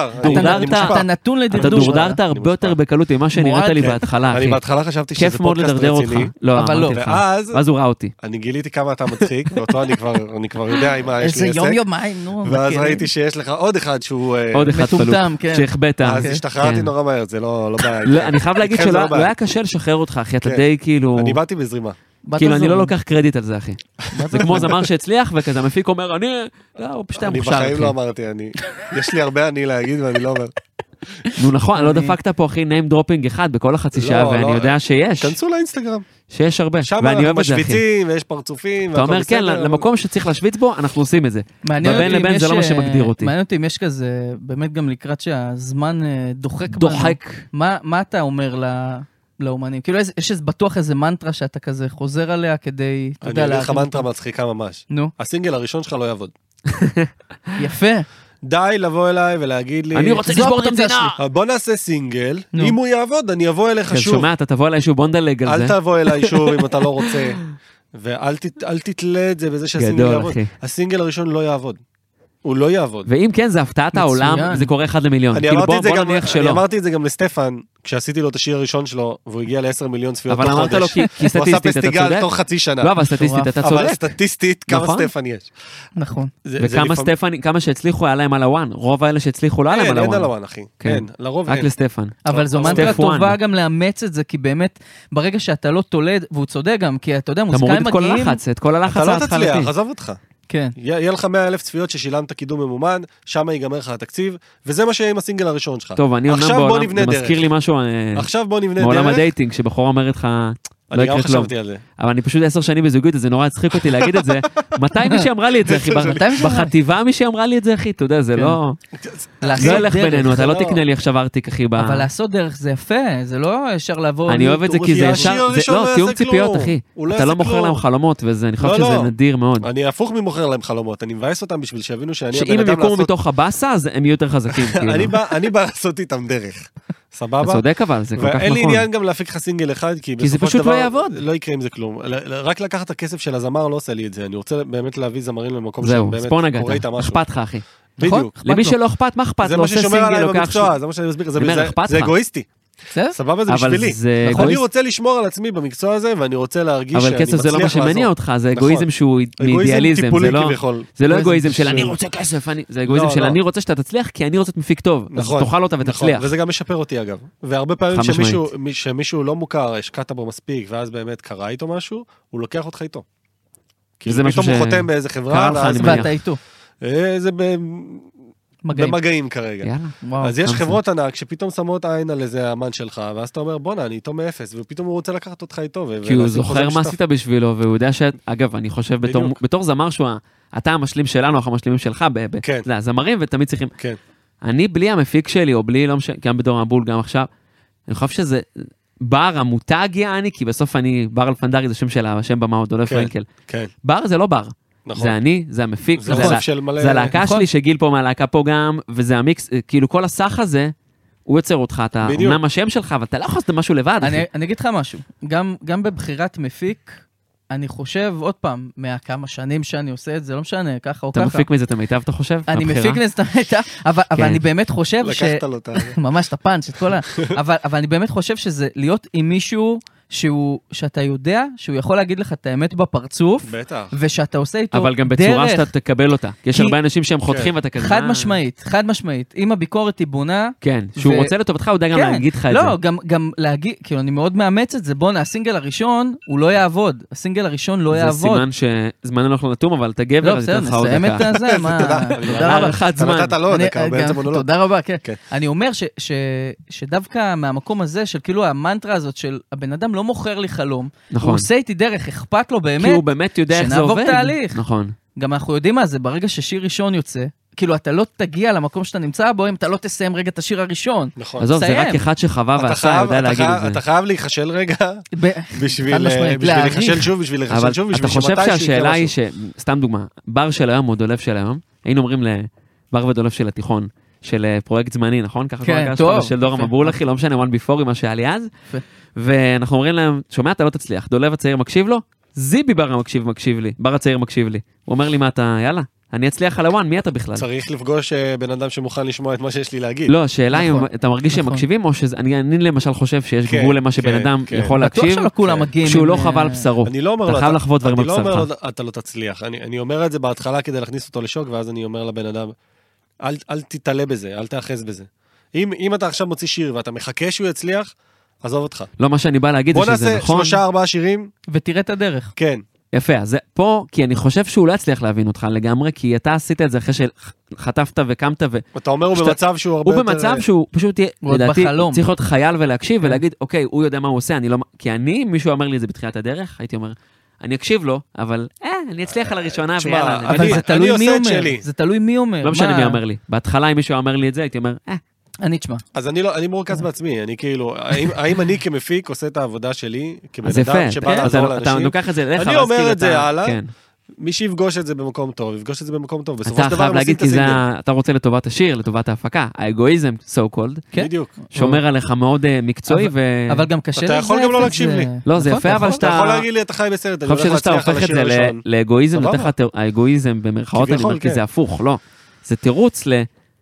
Speaker 3: אתה
Speaker 1: נתון לדרדור.
Speaker 3: אתה דורדרת הרבה יותר בקלות ממה שנראית לי בהתחלה, אחי.
Speaker 4: אני בהתחלה חשבתי שזה
Speaker 3: כיף מאוד
Speaker 4: פודקאסט
Speaker 3: לדרדר אותך.
Speaker 4: רציני.
Speaker 3: לא, אמרתי לך. ואז הוא ראה אותי.
Speaker 4: אני גיליתי כמה אתה מצחיק, ואותו אני כבר יודע עם מה יש לי עסק.
Speaker 1: איזה יום יומיים, נו.
Speaker 4: ואז ראיתי שיש לך עוד אחד שהוא...
Speaker 3: עוד אחד פלוק, שהחבאת.
Speaker 4: אז השתחררתי נורא מהר, זה לא בעיה.
Speaker 3: אני חייב להגיד שלא היה קשה לשחרר אותך, אחי, אתה די כאילו...
Speaker 4: אני באתי בזרימה.
Speaker 3: כאילו אני לא לוקח קרדיט על זה, אחי. זה כמו זמר שהצליח, וכזה המפיק אומר, אני... לא, הוא פשוט היה מוכשר, אחי.
Speaker 4: אני בחיים לא אמרתי, אני... יש לי הרבה אני להגיד, ואני לא אומר.
Speaker 3: נו נכון, לא דפקת פה, אחי, name dropping אחד בכל החצי שעה, ואני יודע שיש.
Speaker 4: כנסו לאינסטגרם.
Speaker 3: שיש הרבה,
Speaker 4: ואני אוהב את זה, אחי. שם משוויצים, ויש פרצופים,
Speaker 3: אתה אומר, כן, למקום שצריך להשוויץ בו, אנחנו עושים את זה. ובין לבין זה לא מה שמגדיר אותי.
Speaker 1: מעניין אותי אם יש כזה, באמת גם לקראת שהזמן דוחק.
Speaker 3: דוחק.
Speaker 1: מה אתה אומר ל... לאומנים, כאילו יש בטוח איזה מנטרה שאתה כזה חוזר עליה כדי...
Speaker 4: אני אגיד לך מנטרה מצחיקה ממש.
Speaker 1: נו.
Speaker 4: הסינגל הראשון שלך לא יעבוד.
Speaker 1: יפה.
Speaker 4: די לבוא אליי ולהגיד לי...
Speaker 3: אני רוצה לשבור את המדינה.
Speaker 4: בוא נעשה סינגל, אם הוא יעבוד אני אבוא אליך שוב.
Speaker 3: שומע, אתה תבוא אליי שוב, בוא נדלג על זה.
Speaker 4: אל תבוא אליי שוב אם אתה לא רוצה. ואל תתלה את זה בזה שהסינגל יעבוד. הסינגל הראשון לא יעבוד. הוא לא יעבוד.
Speaker 3: ואם כן, זה הפתעת העולם, זה קורה אחד למיליון.
Speaker 4: אני אמרתי את זה גם לסטפן, כשעשיתי לו את השיר הראשון שלו, והוא הגיע ל-עשר מיליון צפיות
Speaker 3: בחודש. אבל אמרת לו, כי סטטיסטית, אתה צודק?
Speaker 4: הוא עשה פסטיגל תוך חצי שנה.
Speaker 3: לא, אבל סטטיסטית, אתה צודק.
Speaker 4: אבל סטטיסטית, כמה סטפן יש.
Speaker 1: נכון.
Speaker 3: וכמה סטפן, כמה שהצליחו, היה להם על הוואן. רוב האלה שהצליחו, לא היה להם על הוואן.
Speaker 4: אין על הוואן, אחי. כן, לרוב אין.
Speaker 3: רק לסטפן.
Speaker 1: אבל זו מנטרה טובה גם לאמץ את זה, כי באמת, ברגע שאתה לא תולד, והוא צודק גם, כי אתה יודע, מוזיקאים מגיעים...
Speaker 3: את כל הלחץ,
Speaker 4: אתה לא תצליח, עזוב אותך.
Speaker 1: כן.
Speaker 4: יהיה לך מאה אלף צפיות ששילמת קידום ממומן, שם ייגמר לך התקציב, וזה מה שיהיה עם הסינגל הראשון שלך.
Speaker 3: טוב, אני אומנם בעולם, זה מזכיר לי משהו,
Speaker 4: עכשיו בוא נבנה דרך.
Speaker 3: מעולם הדייטינג, שבחורה אומרת לך, לא יקרה כלום. אבל אני פשוט עשר שנים בזוגיות, אז זה נורא הצחיק אותי להגיד את זה. מתי מישהי אמרה לי את זה, אחי? בחטיבה מישהי אמרה לי את זה, אחי? אתה יודע, זה לא... לא ילך בינינו, אתה לא תקנה לי עכשיו ארטיק, אחי.
Speaker 1: אבל לעשות דרך זה יפה, זה לא ישר לבוא...
Speaker 3: אני אוהב את זה כי זה ישר... לא, תיאום ציפיות, אחי. אתה לא מוכר להם חלומות, ואני חושב שזה נדיר מאוד.
Speaker 4: אני הפוך ממוכר להם חלומות, אני מבאס אותם בשביל שיבינו שאני...
Speaker 3: שאם הם יקומו מתוך הבאסה, אז הם יהיו יותר חזקים.
Speaker 4: אני בא לעשות איתם דרך. סבבה?
Speaker 3: אתה צודק אבל, זה כל כך נכון.
Speaker 4: ואין לי עניין גם להפיק לך סינגל אחד, כי בסופו של דבר לא יקרה עם זה כלום. רק לקחת את הכסף של הזמר לא עושה לי את זה, אני רוצה באמת להביא זמרים למקום שבאמת קורה איתם משהו.
Speaker 3: אכפת לך, אחי.
Speaker 4: בדיוק.
Speaker 3: למי שלא אכפת, מה אכפת?
Speaker 4: זה מה ששומר עליי במקצוע, זה מה שאני מסביר, זה אגואיסטי. סבבה, זה בשבילי. אני רוצה לשמור על עצמי במקצוע הזה, ואני רוצה להרגיש שאני מצליח לעזור.
Speaker 3: אבל כסף זה לא מה שמניע אותך, זה אגואיזם שהוא מאידיאליזם, זה לא אגואיזם של אני רוצה כסף, זה אגואיזם של אני רוצה שאתה תצליח, כי אני רוצה מפיק טוב, אז תאכל אותה ותצליח.
Speaker 4: וזה גם משפר אותי אגב. והרבה פעמים שמישהו לא מוכר, השקעת בו מספיק, ואז באמת קרה איתו משהו, הוא לוקח אותך איתו. כי פתאום הוא חותם באיזה חברה,
Speaker 1: ואתה איתו.
Speaker 4: זה במגעים כרגע. אז יש חברות ענק שפתאום שמות עין על איזה אמן שלך, ואז אתה אומר, בונה, אני איתו מאפס, ופתאום הוא רוצה לקחת אותך איתו.
Speaker 3: כי הוא זוכר מה עשית בשבילו, והוא יודע ש... אגב, אני חושב, בתור זמר שהוא, אתה המשלים שלנו, אנחנו המשלימים שלך, זמרים, ותמיד צריכים... אני בלי המפיק שלי, או בלי, גם בדור המבול, גם עכשיו, אני חושב שזה בר, המותג יעני, כי בסוף אני, בר אלפנדרי, זה שם של השם במה, דולר פרנקל. בר זה לא בר. זה אני, זה המפיק, זה הלהקה שלי שגיל פה מהלהקה פה גם, וזה המיקס, כאילו כל הסך הזה, הוא יוצר אותך, אתה אומנם השם שלך, אבל אתה לא יכול לעשות משהו לבד.
Speaker 1: אני אגיד לך משהו, גם בבחירת מפיק, אני חושב, עוד פעם, מהכמה שנים שאני עושה את זה, לא משנה, ככה או ככה.
Speaker 3: אתה מפיק מזה את המיטב, אתה חושב?
Speaker 1: אני מפיק מזה את המיטב, אבל אני באמת חושב ש...
Speaker 4: לקחת לו את זה.
Speaker 1: ממש, את הפאנץ', את כל ה... אבל אני באמת חושב שזה להיות עם מישהו שהוא, שאתה יודע שהוא יכול להגיד לך את האמת בפרצוף,
Speaker 4: בטח.
Speaker 1: ושאתה עושה איתו דרך.
Speaker 3: אבל גם בצורה שאתה תקבל אותה. כי יש
Speaker 1: כי-
Speaker 3: הרבה אנשים שהם חותכים ואתה כזה...
Speaker 1: חד
Speaker 3: "אה".
Speaker 1: משמעית, חד משמעית. אם הביקורת היא בונה...
Speaker 3: כן, שהוא
Speaker 1: ו-
Speaker 3: רוצה לטובתך, הוא יודע גם
Speaker 1: כן.
Speaker 3: להגיד לך את זה.
Speaker 1: לא, גם, גם להגיד, כאילו, אני מאוד מאמץ את זה, בוא, הסינגל הראשון, הוא לא יעבוד. הסינגל הראשון לא
Speaker 3: זה
Speaker 1: יעבוד.
Speaker 3: סימן שזמננו הולך לתום, אבל אתה גבר,
Speaker 1: לא,
Speaker 3: אז
Speaker 1: בסדר,
Speaker 3: ייתן לך עוד
Speaker 1: נסיים
Speaker 3: דקה.
Speaker 1: את זה, מה...
Speaker 4: תודה.
Speaker 1: תודה רבה.
Speaker 3: הארכת
Speaker 4: אתה
Speaker 3: זמן.
Speaker 4: נתת לו עוד
Speaker 1: אני-
Speaker 4: דקה, הוא
Speaker 1: גם-
Speaker 4: באמצע מונולוג.
Speaker 1: תודה רבה, כן.
Speaker 4: כן.
Speaker 1: אני אומר ש- ש- שדווקא מהמקום הזה, של כאילו המנטרה הזאת, של הבן אדם לא מוכר לי חלום,
Speaker 3: נכון.
Speaker 1: הוא עושה איתי דרך, אכפת לו
Speaker 3: כי
Speaker 1: באמת,
Speaker 3: הוא באמת יודע איך זה
Speaker 1: שנעבור
Speaker 3: עובד.
Speaker 1: תהליך.
Speaker 3: נכון.
Speaker 1: גם אנחנו יודעים מה זה, ברגע ששיר ראשון יוצא, כאילו אתה לא תגיע למקום שאתה נמצא בו, אם אתה לא תסיים רגע את השיר הראשון.
Speaker 4: נכון.
Speaker 3: עזוב, זה
Speaker 1: סיים.
Speaker 3: רק אחד שחווה
Speaker 4: אתה
Speaker 3: ועשה,
Speaker 4: חייב-
Speaker 3: יודע
Speaker 4: אתה
Speaker 3: להגיד
Speaker 4: חייב-
Speaker 3: את זה.
Speaker 4: אתה חייב להיחשל רגע,
Speaker 1: ב-
Speaker 4: בשביל
Speaker 1: חד משמעית,
Speaker 4: בשביל
Speaker 1: להעריך.
Speaker 4: להיחשל שוב, בשביל
Speaker 3: אבל
Speaker 4: להיחשל שוב,
Speaker 3: אתה
Speaker 4: בשביל
Speaker 3: חושב
Speaker 4: שמתי שיקרה
Speaker 3: שהשאלה היא
Speaker 4: משהו.
Speaker 3: ש... סתם דוגמה, בר של היום או דולף של היום, היינו אומרים לבר ודולף של התיכון, של אה, פרויקט זמני, נכון? ככה
Speaker 1: כן,
Speaker 3: קוראים לזה,
Speaker 1: טוב,
Speaker 3: של דור
Speaker 1: יפה.
Speaker 3: המבולחי, לא משנה, one before, מה שהיה לי אז.
Speaker 1: יפה.
Speaker 3: ואנחנו אומרים להם, שומע, אתה לא תצליח, דולב הצעיר מקשיב לו? זיבי בר המקשיב מקשיב לי, בר הצעיר מקשיב לי. הוא אומר לי, מה אתה, יאללה, אני אצליח על הוואן, מי אתה בכלל?
Speaker 4: צריך לפגוש אה, בן אדם שמוכן לשמוע את מה שיש לי להגיד.
Speaker 3: לא, השאלה אם
Speaker 1: נכון,
Speaker 3: אתה מרגיש שהם
Speaker 1: נכון.
Speaker 3: מקשיבים, או שאני אני למשל חושב שיש
Speaker 4: כן,
Speaker 3: גבול למה שבן
Speaker 4: כן,
Speaker 3: אדם
Speaker 4: כן.
Speaker 3: יכול
Speaker 1: בטוח
Speaker 3: להקשיב,
Speaker 1: שלא כולם
Speaker 4: כן.
Speaker 1: מגיעים.
Speaker 3: כשהוא
Speaker 1: עם,
Speaker 3: לא
Speaker 1: אה,
Speaker 3: חווה על בשרו.
Speaker 4: אני לא אומר
Speaker 3: אתה
Speaker 4: לו,
Speaker 3: חייב לחוות דברים
Speaker 4: אני
Speaker 3: על
Speaker 4: לא אומר
Speaker 3: בשרך.
Speaker 4: לו, אתה לא תצליח. אני אני אומר את זה בהתחלה כדי להכניס אותו לשוק, ואז אני אומר לבן אדם, אל אל תתעלה בזה, אל תאחז בזה. אם אם אתה עכשיו מוציא שיר ואתה מחכה שהוא יצליח, עזוב אותך.
Speaker 3: לא, מה שאני בא להגיד
Speaker 4: בוא
Speaker 3: זה שזה
Speaker 4: נעשה
Speaker 3: נכון.
Speaker 4: שלושה ארבעה שירים,
Speaker 1: ותראה את הדרך.
Speaker 4: כן.
Speaker 3: יפה, אז זה פה, כי אני חושב שהוא לא יצליח להבין אותך לגמרי, כי אתה עשית את זה אחרי שחטפת וקמת, והוא
Speaker 4: אתה אומר הוא
Speaker 3: שאתה-
Speaker 4: במצב שהוא הרבה יותר...
Speaker 3: במצב שהוא פשוט, יהיה,
Speaker 1: הוא עוד
Speaker 3: לדעתי,
Speaker 1: בחלום.
Speaker 3: צריך להיות חייל ולהקשיב
Speaker 1: כן.
Speaker 3: ולהגיד, אוקיי, הוא יודע מה הוא עושה, אני לא... כי אני, מישהו אמר לי את זה בתחילת הדרך, הייתי אומר, אני אקשיב לו, אבל אה, אני אצליח על הראשונה,
Speaker 4: תשמע,
Speaker 3: ויאללה.
Speaker 4: אני-
Speaker 1: אבל זה
Speaker 4: אני
Speaker 1: תלוי מי
Speaker 4: עושה את
Speaker 1: אומר.
Speaker 4: שלי.
Speaker 1: זה תלוי מי אומר.
Speaker 3: לא משנה
Speaker 1: מה-
Speaker 3: מי אומר לי. בהתחלה, אם מישהו אומר לי את זה, הייתי אומר, אה,
Speaker 1: אני תשמע.
Speaker 4: אז אני לא, אני מורכז בעצמי, אני כאילו, האם, האם אני כמפיק עושה את העבודה שלי, כבן
Speaker 3: אז יפה,
Speaker 4: אדם שבא
Speaker 3: אתה-
Speaker 4: לעזור
Speaker 3: אתה- אתה
Speaker 4: לאנשים,
Speaker 3: לוקח את זה אליך,
Speaker 4: אני
Speaker 3: ואז
Speaker 4: אומר
Speaker 3: כאילו
Speaker 4: את זה
Speaker 3: אתה-
Speaker 4: הלאה,
Speaker 3: כן.
Speaker 4: מי שיפגוש את זה במקום טוב, יפגוש את זה במקום טוב, בסופו
Speaker 3: אתה
Speaker 4: של דבר
Speaker 3: חייב
Speaker 4: הם עושים
Speaker 3: להגיד,
Speaker 4: את
Speaker 3: כי זה,
Speaker 4: הסינגל.
Speaker 3: ה- אתה רוצה לטובת השיר, לטובת ההפקה. האגואיזם, so called,
Speaker 1: כן.
Speaker 4: בדיוק.
Speaker 3: שומר עליך מאוד אה, מקצועי,
Speaker 1: אבל-
Speaker 3: ו...
Speaker 1: אבל גם קשה
Speaker 4: אתה יכול
Speaker 1: לזייף
Speaker 4: גם לא
Speaker 1: את
Speaker 4: להקשיב
Speaker 1: זה.
Speaker 4: לי.
Speaker 3: לא, זה
Speaker 1: נכון,
Speaker 3: יפה,
Speaker 1: אתה
Speaker 3: אבל
Speaker 1: יכול.
Speaker 3: שאתה-
Speaker 4: אתה יכול להגיד לי, אתה חי בסרט, אני
Speaker 3: אני חושב
Speaker 4: הולך
Speaker 3: שאתה
Speaker 4: להצליח על
Speaker 3: הופך את
Speaker 4: השיר
Speaker 3: זה ל-
Speaker 4: הראשון.
Speaker 3: לאגואיזם,
Speaker 4: סבבה.
Speaker 3: נותן לך תיר- האגואיזם במרכאות, אני
Speaker 4: כביכול,
Speaker 3: אומר, כי
Speaker 4: כן.
Speaker 3: זה הפוך, לא. זה תירוץ ל...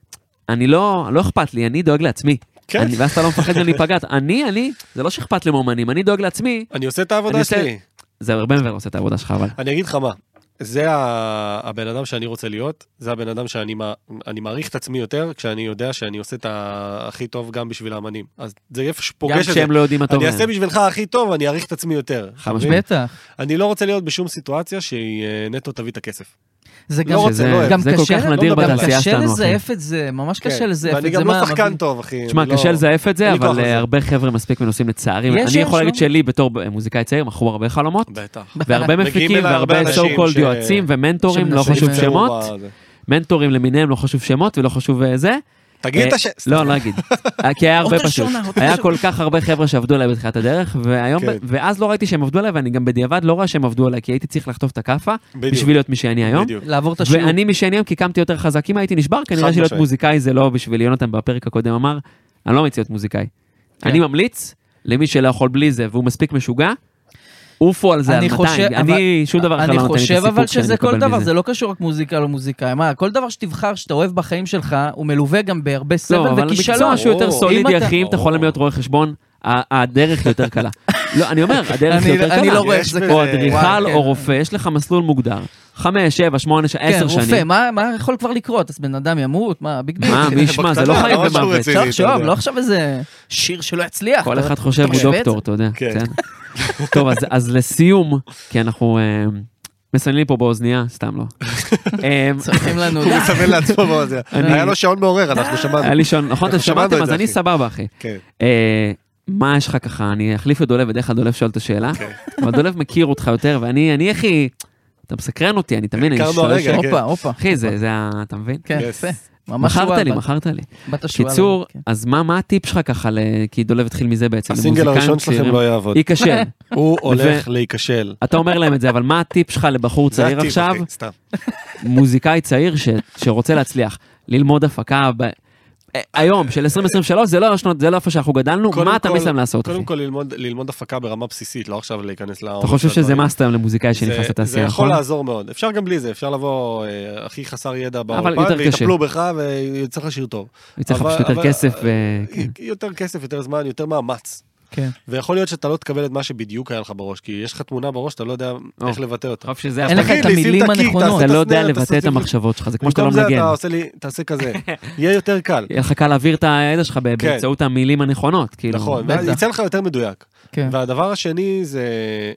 Speaker 3: אני לא, לא אכפת לי, אני דואג לעצמי.
Speaker 4: כן.
Speaker 3: אני- ואז אתה לא מפחד ממני להיפגעת. אני, אני, זה לא שאכפת לי מאומנים, אני דואג לעצמי.
Speaker 4: אני עושה את העבודה
Speaker 3: אני עושה-
Speaker 4: שלי.
Speaker 3: זה הרבה מעבר עושה את העבודה שלך, אבל.
Speaker 4: אני אגיד לך מה, זה ה- הבן אדם שאני רוצה להיות, זה הבן אדם שאני מע- אני מעריך את עצמי יותר, כשאני יודע שאני עושה את הכי טוב גם בשביל האמנים. אז זה איפה
Speaker 3: גם
Speaker 4: שפוגש את זה.
Speaker 3: כשהם לא יודעים מה טוב
Speaker 4: אני
Speaker 3: להם.
Speaker 4: אעשה בשבילך הכי טוב, אני אעריך את עצמי יותר.
Speaker 3: חד
Speaker 4: אתה
Speaker 3: משמעית.
Speaker 4: מבין?
Speaker 1: בטח.
Speaker 4: אני לא רוצה להיות בשום סיטואציה שהיא אה, נטו תביא את הכסף.
Speaker 1: זה גם
Speaker 4: לא רוצה,
Speaker 3: שזה-
Speaker 4: לא אוהב.
Speaker 1: גם
Speaker 3: זה כל
Speaker 1: קשה-
Speaker 3: כך נדיר
Speaker 4: לא מדבר
Speaker 3: בתעשייה
Speaker 1: קשה
Speaker 3: שלנו, אחי.
Speaker 1: לזייף את זה, ממש קשה
Speaker 4: כן.
Speaker 1: לזייף את זה.
Speaker 4: ואני גם לא
Speaker 1: מה-
Speaker 4: שחקן
Speaker 1: מה-
Speaker 4: טוב, אחי.
Speaker 3: תשמע,
Speaker 4: אני לא-
Speaker 3: קשה לזייף את זה,
Speaker 4: אין לי כוח
Speaker 3: אבל
Speaker 4: לזה.
Speaker 3: אה, הרבה חבר'ה מספיק מנוסים לצערי.
Speaker 1: יש,
Speaker 3: אני
Speaker 1: יש,
Speaker 3: יכול להגיד
Speaker 1: לא?
Speaker 3: שלי בתור מוזיקאי צעיר, מכרו הרבה חלומות,
Speaker 4: בטח.
Speaker 3: והרבה
Speaker 4: מגיעים
Speaker 3: מפיקים,
Speaker 4: אליי הרבה
Speaker 3: והרבה
Speaker 4: אנשים
Speaker 3: so called
Speaker 4: ש-
Speaker 3: יועצים ומנטורים, לא
Speaker 1: שמנסים
Speaker 3: חשוב
Speaker 1: לפתור
Speaker 3: שמות,
Speaker 4: בזה.
Speaker 3: מנטורים למיניהם, לא חשוב שמות ולא חשוב אה, זה.
Speaker 4: תגיד את
Speaker 3: אה,
Speaker 4: השם.
Speaker 3: לא, לא אגיד. אה, כי היה הרבה
Speaker 1: אותה
Speaker 3: פשוט.
Speaker 1: שונה, אותה
Speaker 3: היה
Speaker 1: שונה.
Speaker 3: כל כך הרבה חבר'ה שעבדו עליי בתחילת הדרך, והיום,
Speaker 4: כן.
Speaker 3: ב- ואז לא ראיתי שהם עבדו עליי, ואני גם בדיעבד לא רואה שהם עבדו עליי, כי הייתי צריך לחטוף את הכאפה,
Speaker 4: בדיוק.
Speaker 3: בשביל להיות מי שאני היום.
Speaker 4: בדיוק.
Speaker 1: לעבור את השיעור.
Speaker 3: ואני מי שאני היום, כי קמתי יותר חזק. אם הייתי נשבר, כנראה
Speaker 4: חד
Speaker 3: שלהיות
Speaker 4: משמעית.
Speaker 3: מוזיקאי זה לא בשבילי. יונתן בפרק הקודם אמר, אני לא מציע להיות מוזיקאי.
Speaker 1: כן.
Speaker 3: אני ממליץ למי שלא יכול בלי זה, והוא מספיק משוגע, עופו על זה על
Speaker 1: אני חושב-
Speaker 3: מאתיים. אני שום דבר אחר
Speaker 1: אני
Speaker 3: לא נותן לי את
Speaker 1: חושב אבל
Speaker 3: הסיפוק שאני
Speaker 1: שזה כל
Speaker 3: מקבל
Speaker 1: דבר,
Speaker 3: מזה.
Speaker 1: זה לא קשור רק מוזיקה לא מוזיקאי. מה, כל דבר שתבחר שאתה אוהב בחיים שלך, הוא מלווה גם בהרבה סבל
Speaker 3: לא, אבל
Speaker 1: וכישלון.
Speaker 3: מקצוע שהוא יותר
Speaker 4: או,
Speaker 3: סולידי,
Speaker 1: אם אתה-
Speaker 3: אחי, אם אתה
Speaker 4: או.
Speaker 3: חולם להיות רואה חשבון, ה- הדרך יותר קלה. לא, אני אומר, הדרך
Speaker 1: אני-
Speaker 3: יותר
Speaker 1: אני
Speaker 3: קלה.
Speaker 1: לא רואה
Speaker 4: יש
Speaker 1: איך זה
Speaker 4: בזה-
Speaker 3: או
Speaker 1: וואי,
Speaker 3: אדריכל
Speaker 1: כן.
Speaker 3: או רופא, יש לך מסלול מוגדר. חמש, שבע, שמונה,
Speaker 1: כן,
Speaker 3: עשר
Speaker 1: רופא,
Speaker 3: שנים.
Speaker 1: מה מה יכול כבר לקרות? אז בן אדם ימות? מה, ביג דיל?
Speaker 3: מה, מי ישמע, זה לא
Speaker 4: בקטנה,
Speaker 3: חיים
Speaker 4: לא משהו
Speaker 3: ומוות.
Speaker 4: רציני.
Speaker 1: אפשר
Speaker 4: אתה
Speaker 1: לחשוב,
Speaker 4: יודע.
Speaker 1: לא עכשיו איזה שיר שלא יצליח.
Speaker 3: כל
Speaker 1: אתה-
Speaker 3: אחד חושב
Speaker 1: אתה
Speaker 3: הוא
Speaker 1: משווה את
Speaker 3: דוקטור,
Speaker 1: זה.
Speaker 3: אתה יודע.
Speaker 4: כן.
Speaker 3: בסדר? טוב, אז- אז לסיום, כי אנחנו אה, מסננים פה באוזנייה, סתם לא. אה,
Speaker 1: צריכים לנו...
Speaker 4: הוא מסמן לעצמו באוזן.
Speaker 3: אני-
Speaker 4: היה לו שעון מעורר, אנחנו שמענו.
Speaker 3: היה לי שעון, נכון, אתם
Speaker 4: אנחנו שמענו
Speaker 3: שמעתם?
Speaker 4: את
Speaker 3: אז
Speaker 4: זה,
Speaker 3: אני
Speaker 4: אחי.
Speaker 3: סבבה, אחי.
Speaker 4: כן.
Speaker 3: אה, מה יש לך ככה? אני אחליף את דולב, בדרך כלל דולב שואל את השאלה, אבל דולב מכיר אותך יותר, ואני, אני, אחי, אתה מסקרן אותי, אני תמיד, אני
Speaker 4: הכרנו
Speaker 3: שואל
Speaker 4: הרגע,
Speaker 3: שאלות.
Speaker 4: כן.
Speaker 1: הופה, הופה.
Speaker 3: אחי, זה, זה, ה- אתה מבין?
Speaker 1: כן,
Speaker 4: Yes.
Speaker 1: יפה. ממש
Speaker 3: מכרת
Speaker 1: שועל
Speaker 3: לי,
Speaker 1: בת-
Speaker 3: מכרת לי.
Speaker 1: בת השועל,
Speaker 3: קיצור,
Speaker 1: כן.
Speaker 3: אז מה, מה הטיפ שלך ככה, ל- כי דולב התחיל מזה בעצם,
Speaker 4: הסינגל
Speaker 3: למוזיקאים
Speaker 4: הראשון שלכם
Speaker 3: צעירים?
Speaker 4: לא יעבוד.
Speaker 3: ייכשל.
Speaker 4: הוא הולך להיכשל.
Speaker 3: אתה אומר להם את זה, אבל מה הטיפ שלך לבחור
Speaker 4: זה
Speaker 3: צעיר
Speaker 4: הטיפ,
Speaker 3: עכשיו,
Speaker 4: אחי, סתם.
Speaker 3: מוזיקאי צעיר ש, שרוצה להצליח, ללמוד הפקה ב... אה, היום, של עשרים עשרים ושלוש, זה לא השנות, זה לא איפה שאנחנו גדלנו,
Speaker 4: קודם
Speaker 3: מה אתה
Speaker 4: כל-
Speaker 3: ממליץ להם לעשות, אחי?
Speaker 4: קודם כל ללמוד- ללמוד הפקה ברמה בסיסית, לא עכשיו להיכנס לעומק.
Speaker 3: אתה חושב
Speaker 4: של
Speaker 3: שזה
Speaker 4: הדברים.
Speaker 3: מאסטר למוזיקאי
Speaker 4: זה-
Speaker 3: שנכנס
Speaker 4: זה
Speaker 3: לתעשייה,
Speaker 4: יכול
Speaker 3: נכון?
Speaker 4: לעזור מאוד. אפשר גם בלי זה, אפשר לבוא אה, הכי חסר ידע
Speaker 3: אבל
Speaker 4: באולפן,
Speaker 3: יותר קשה.
Speaker 4: ויטפלו בך ויצא לך שיר טוב.
Speaker 3: יצטרך
Speaker 4: אבל-
Speaker 3: פשוט יותר
Speaker 4: אבל-
Speaker 3: כסף, ו- כן.
Speaker 4: יותר כסף, יותר זמן, יותר מאמץ.
Speaker 1: כן.
Speaker 4: ויכול להיות שאתה לא תקבל את מה שבדיוק היה לך בראש, כי יש לך תמונה בראש, אתה לא יודע איך לבטא אותה.
Speaker 3: טוב שזה...
Speaker 1: אין לך את המילים הנכונות.
Speaker 3: אתה לא יודע לבטא את המחשבות שלך, זה כמו שאתה לא
Speaker 4: במקום זה
Speaker 3: מנגן.
Speaker 4: אתה עושה לי, תעשה כזה, יהיה יותר קל.
Speaker 3: יהיה לך קל להעביר את הידע שלך באמצעות המילים הנכונות, כאילו.
Speaker 4: נכון, יצא לך יותר מדויק.
Speaker 1: כן.
Speaker 4: והדבר השני זה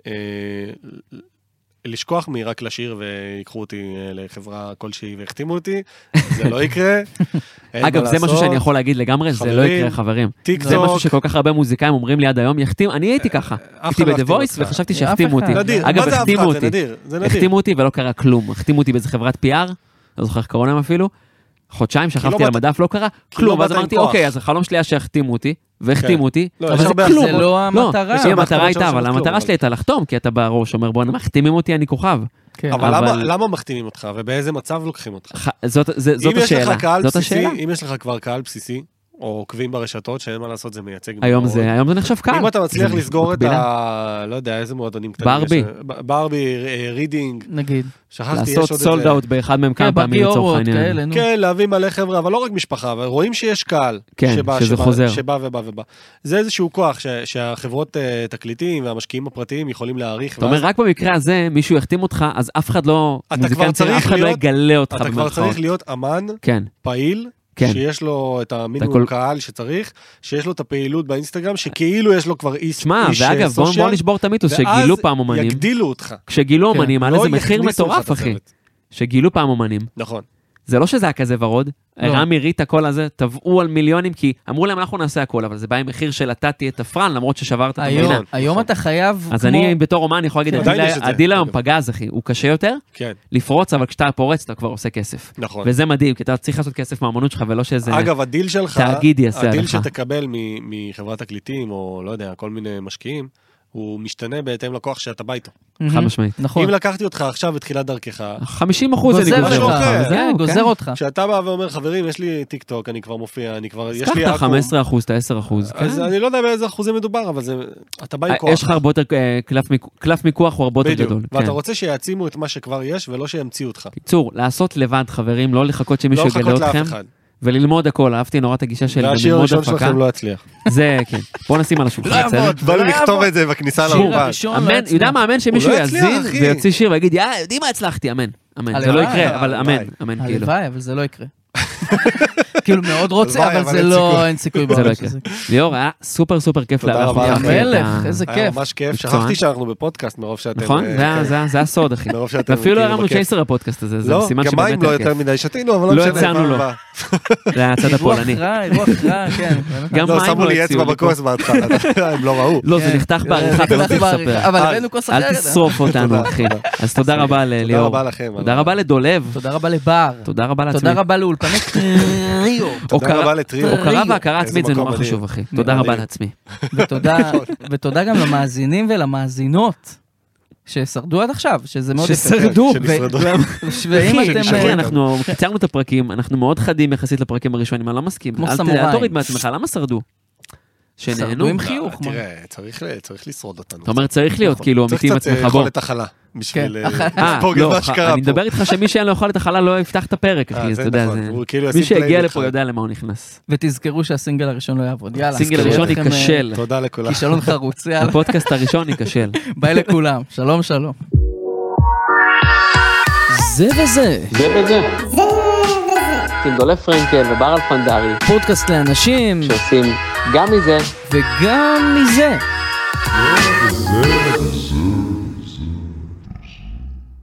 Speaker 4: לשכוח מרק לשיר ויקחו אותי לחברה כלשהי והחתימו אותי, זה לא יקרה.
Speaker 3: אגב, זה משהו שאני יכול להגיד לגמרי, זה לא יקרה, חברים. זה משהו שכל כך הרבה מוזיקאים אומרים לי עד היום, יחתים, אני הייתי ככה. הייתי ב-The Voice וחשבתי שהחתימו אותי. אגב, החתימו אותי. החתימו אותי ולא קרה כלום. החתימו אותי באיזה חברת פי אר, לא זוכר איך קראו להם אפילו. חודשיים שכבתי על המדף, לא קרה כלום. ואז אמרתי, אוקיי, אז החלום שלי היה שהחתימו אותי, והחתימו אותי, אבל זה כלום.
Speaker 1: זה לא המטרה.
Speaker 3: זה המטרה הייתה, אבל המטרה שלי הייתה לחתום, כי אתה בראש אומר, בוא, מחתימים אותי, אני כוכב.
Speaker 4: אבל למה מחתימים אותך, ובאיזה מצב לוקחים אותך?
Speaker 3: זאת השאלה, זאת השאלה.
Speaker 4: אם יש לך כבר קהל בסיסי, או עוקבים ברשתות, שאין מה לעשות, זה מייצג.
Speaker 3: היום זה, היום זה נחשב קל.
Speaker 4: אם אתה מצליח לסגור את ה... לא יודע, איזה מועדונים קטנים.
Speaker 3: ברבי.
Speaker 4: ברבי, רידינג.
Speaker 1: נגיד.
Speaker 4: שכחתי, יש עוד
Speaker 3: לעשות סולד אאוט באחד מהם כמה פעמים לצורך העניין.
Speaker 4: כן, להביא מלא חבר'ה, אבל לא רק משפחה, אבל רואים שיש קהל.
Speaker 3: כן, שזה חוזר.
Speaker 4: שבא ובא ובא. זה איזשהו כוח שהחברות תקליטים והמשקיעים הפרטיים יכולים להעריך.
Speaker 3: זאת אומרת, רק במקרה הזה, מישהו יחתים אותך, אז אף אחד לא, מוזיקאים, אף אחד לא יגלה אותך
Speaker 4: אתה כבר צריך להיות אמן, פעיל, שיש לו את המינימום קהל שצריך, שיש לו את הפעילות באינסטגרם, שכאילו יש לו כבר איש סושיאל.
Speaker 3: שמע, ואגב, בואו נשבור את המיתוס, שגילו פעם אומנים.
Speaker 4: ואז יגדילו אותך.
Speaker 3: כשגילו אומנים, על איזה מחיר מטורף, אחי. שגילו פעם אומנים.
Speaker 4: נכון.
Speaker 3: זה לא שזה היה כזה ורוד, רמי ריט הכל הזה, טבעו על מיליונים, כי אמרו להם אנחנו נעשה הכל, אבל זה בא עם מחיר של נתתי את הפרן, למרות ששברת את המדינה.
Speaker 1: היום אתה חייב...
Speaker 3: אז אני בתור אומן יכול להגיד, הדיל היום פגז, אחי, הוא קשה יותר, לפרוץ, אבל כשאתה פורץ, אתה כבר עושה כסף.
Speaker 4: נכון.
Speaker 3: וזה מדהים, כי אתה צריך לעשות כסף מהאמנות שלך, ולא שזה...
Speaker 4: אגב, הדיל שלך,
Speaker 3: תאגיד יעשה עליך.
Speaker 4: הדיל שתקבל מחברת תקליטים, או לא יודע, כל מיני משקיעים, הוא משתנה בהתאם לכוח שאתה בא איתו.
Speaker 3: חד משמעית.
Speaker 1: נכון.
Speaker 4: אם לקחתי אותך עכשיו בתחילת דרכך,
Speaker 3: חמישים אחוז אני גוזר אותך.
Speaker 1: גוזר אותך.
Speaker 4: כשאתה בא ואומר, חברים, יש לי טיק טוק, אני כבר מופיע, אני כבר, יש לי
Speaker 3: אקום. אז קח את ה-חמישה עשר אחוז, את ה-עשרה אחוז.
Speaker 4: אז אני לא יודע באיזה אחוזים מדובר, אבל אתה בא עם כוח.
Speaker 3: יש לך הרבה יותר, קלף מיקוח הוא הרבה יותר גדול.
Speaker 4: ואתה רוצה שיעצימו את מה שכבר יש, ולא שימציאו אותך.
Speaker 3: קיצור, לעשות לבד, חברים, לא לחכות שמישהו יגלה אתכם. וללמוד הכל, אהבתי נורא את הגישה שלי,
Speaker 4: והשיר הראשון שלכם לא הצליח.
Speaker 3: זה, כן. בוא נשים על השולחן.
Speaker 4: בוא לכתוב את זה בכניסה לאולפן.
Speaker 3: אמן, יודע מה, אמן שמישהו יאזין ויוציא שיר ויגיד, יא, יודעים מה הצלחתי, אמן. אמן, זה לא יקרה, אבל אמן, אמן כאילו.
Speaker 1: הלוואי, אבל זה לא יקרה. כאילו מאוד רוצה, אבל זה לא, אין סיכוי בעולם שזה.
Speaker 3: ליאור, היה סופר סופר כיף לארח אותך.
Speaker 1: מלך, איזה כיף.
Speaker 4: היה ממש כיף, שכחתי שאנחנו בפודקאסט מרוב שאתם...
Speaker 3: נכון, זה הסוד, אחי. ואפילו הרמנו צ'ייסר הפודקאסט הזה, זה סימן שבאמת
Speaker 4: כיף. לא, גם מים לא יותר מדי שתינו, אבל לא משנה.
Speaker 3: לא הצענו לו. זה היה הצד הפולני.
Speaker 1: אירוח רע, כן.
Speaker 3: גם מים לא
Speaker 4: שמו לי אצבע בכוס בהתחלה, הם לא ראו.
Speaker 3: לא, זה נחתך בעריכה, אתה לא צריך לספר.
Speaker 1: אבל הבאנו כוס אחרת.
Speaker 3: אל תשרוף אותנו, אחי. אז תודה רבה לליאור.
Speaker 4: תודה רבה לכם.
Speaker 3: תודה רבה לדולב.
Speaker 1: תודה רבה לבר.
Speaker 3: תודה רבה לעצמי.
Speaker 1: תודה רבה לאולפני טריו.
Speaker 4: תודה רבה לטריו.
Speaker 3: הוקרה והכרה עצמית זה נורא חשוב, אחי. תודה רבה לעצמי.
Speaker 1: ותודה גם למאזינים ולמאזינות. ששרדו עד עכשיו, שזה מאוד...
Speaker 3: ששרדו.
Speaker 1: ואם אתם...
Speaker 3: אנחנו קיצרנו את הפרקים, אנחנו מאוד חדים יחסית לפרקים הראשונים, אני לא מסכים.
Speaker 1: כמו סמוראים.
Speaker 3: אל תוריד מעצמך, למה שרדו?
Speaker 1: שרדו עם חיוך.
Speaker 4: תראה, צריך לשרוד אותנו.
Speaker 3: אתה אומר, צריך להיות כאילו אמיתי עם עצמך בו.
Speaker 4: צריך קצת לאכול את החלה. בשביל...
Speaker 3: לא, אני מדבר איתך שמי שאין לו יכול את החלה לא יפתח את הפרק, אחי, אתה יודע, מי שהגיע לפה יודע למה הוא נכנס.
Speaker 1: ותזכרו שהסינגל הראשון לא יעבוד, יאללה.
Speaker 3: הסינגל הראשון ייכשל.
Speaker 4: תודה לכולם.
Speaker 1: כישלון חרוץ, יאללה.
Speaker 3: הפודקאסט הראשון ייכשל.
Speaker 1: ביי לכולם, שלום שלום. זה וזה.
Speaker 2: זה וזה. עם דולף פרנקל ובר אלפנדרי.
Speaker 1: פודקאסט לאנשים
Speaker 2: שעושים גם מזה
Speaker 1: וגם מזה.
Speaker 5: זה וזה.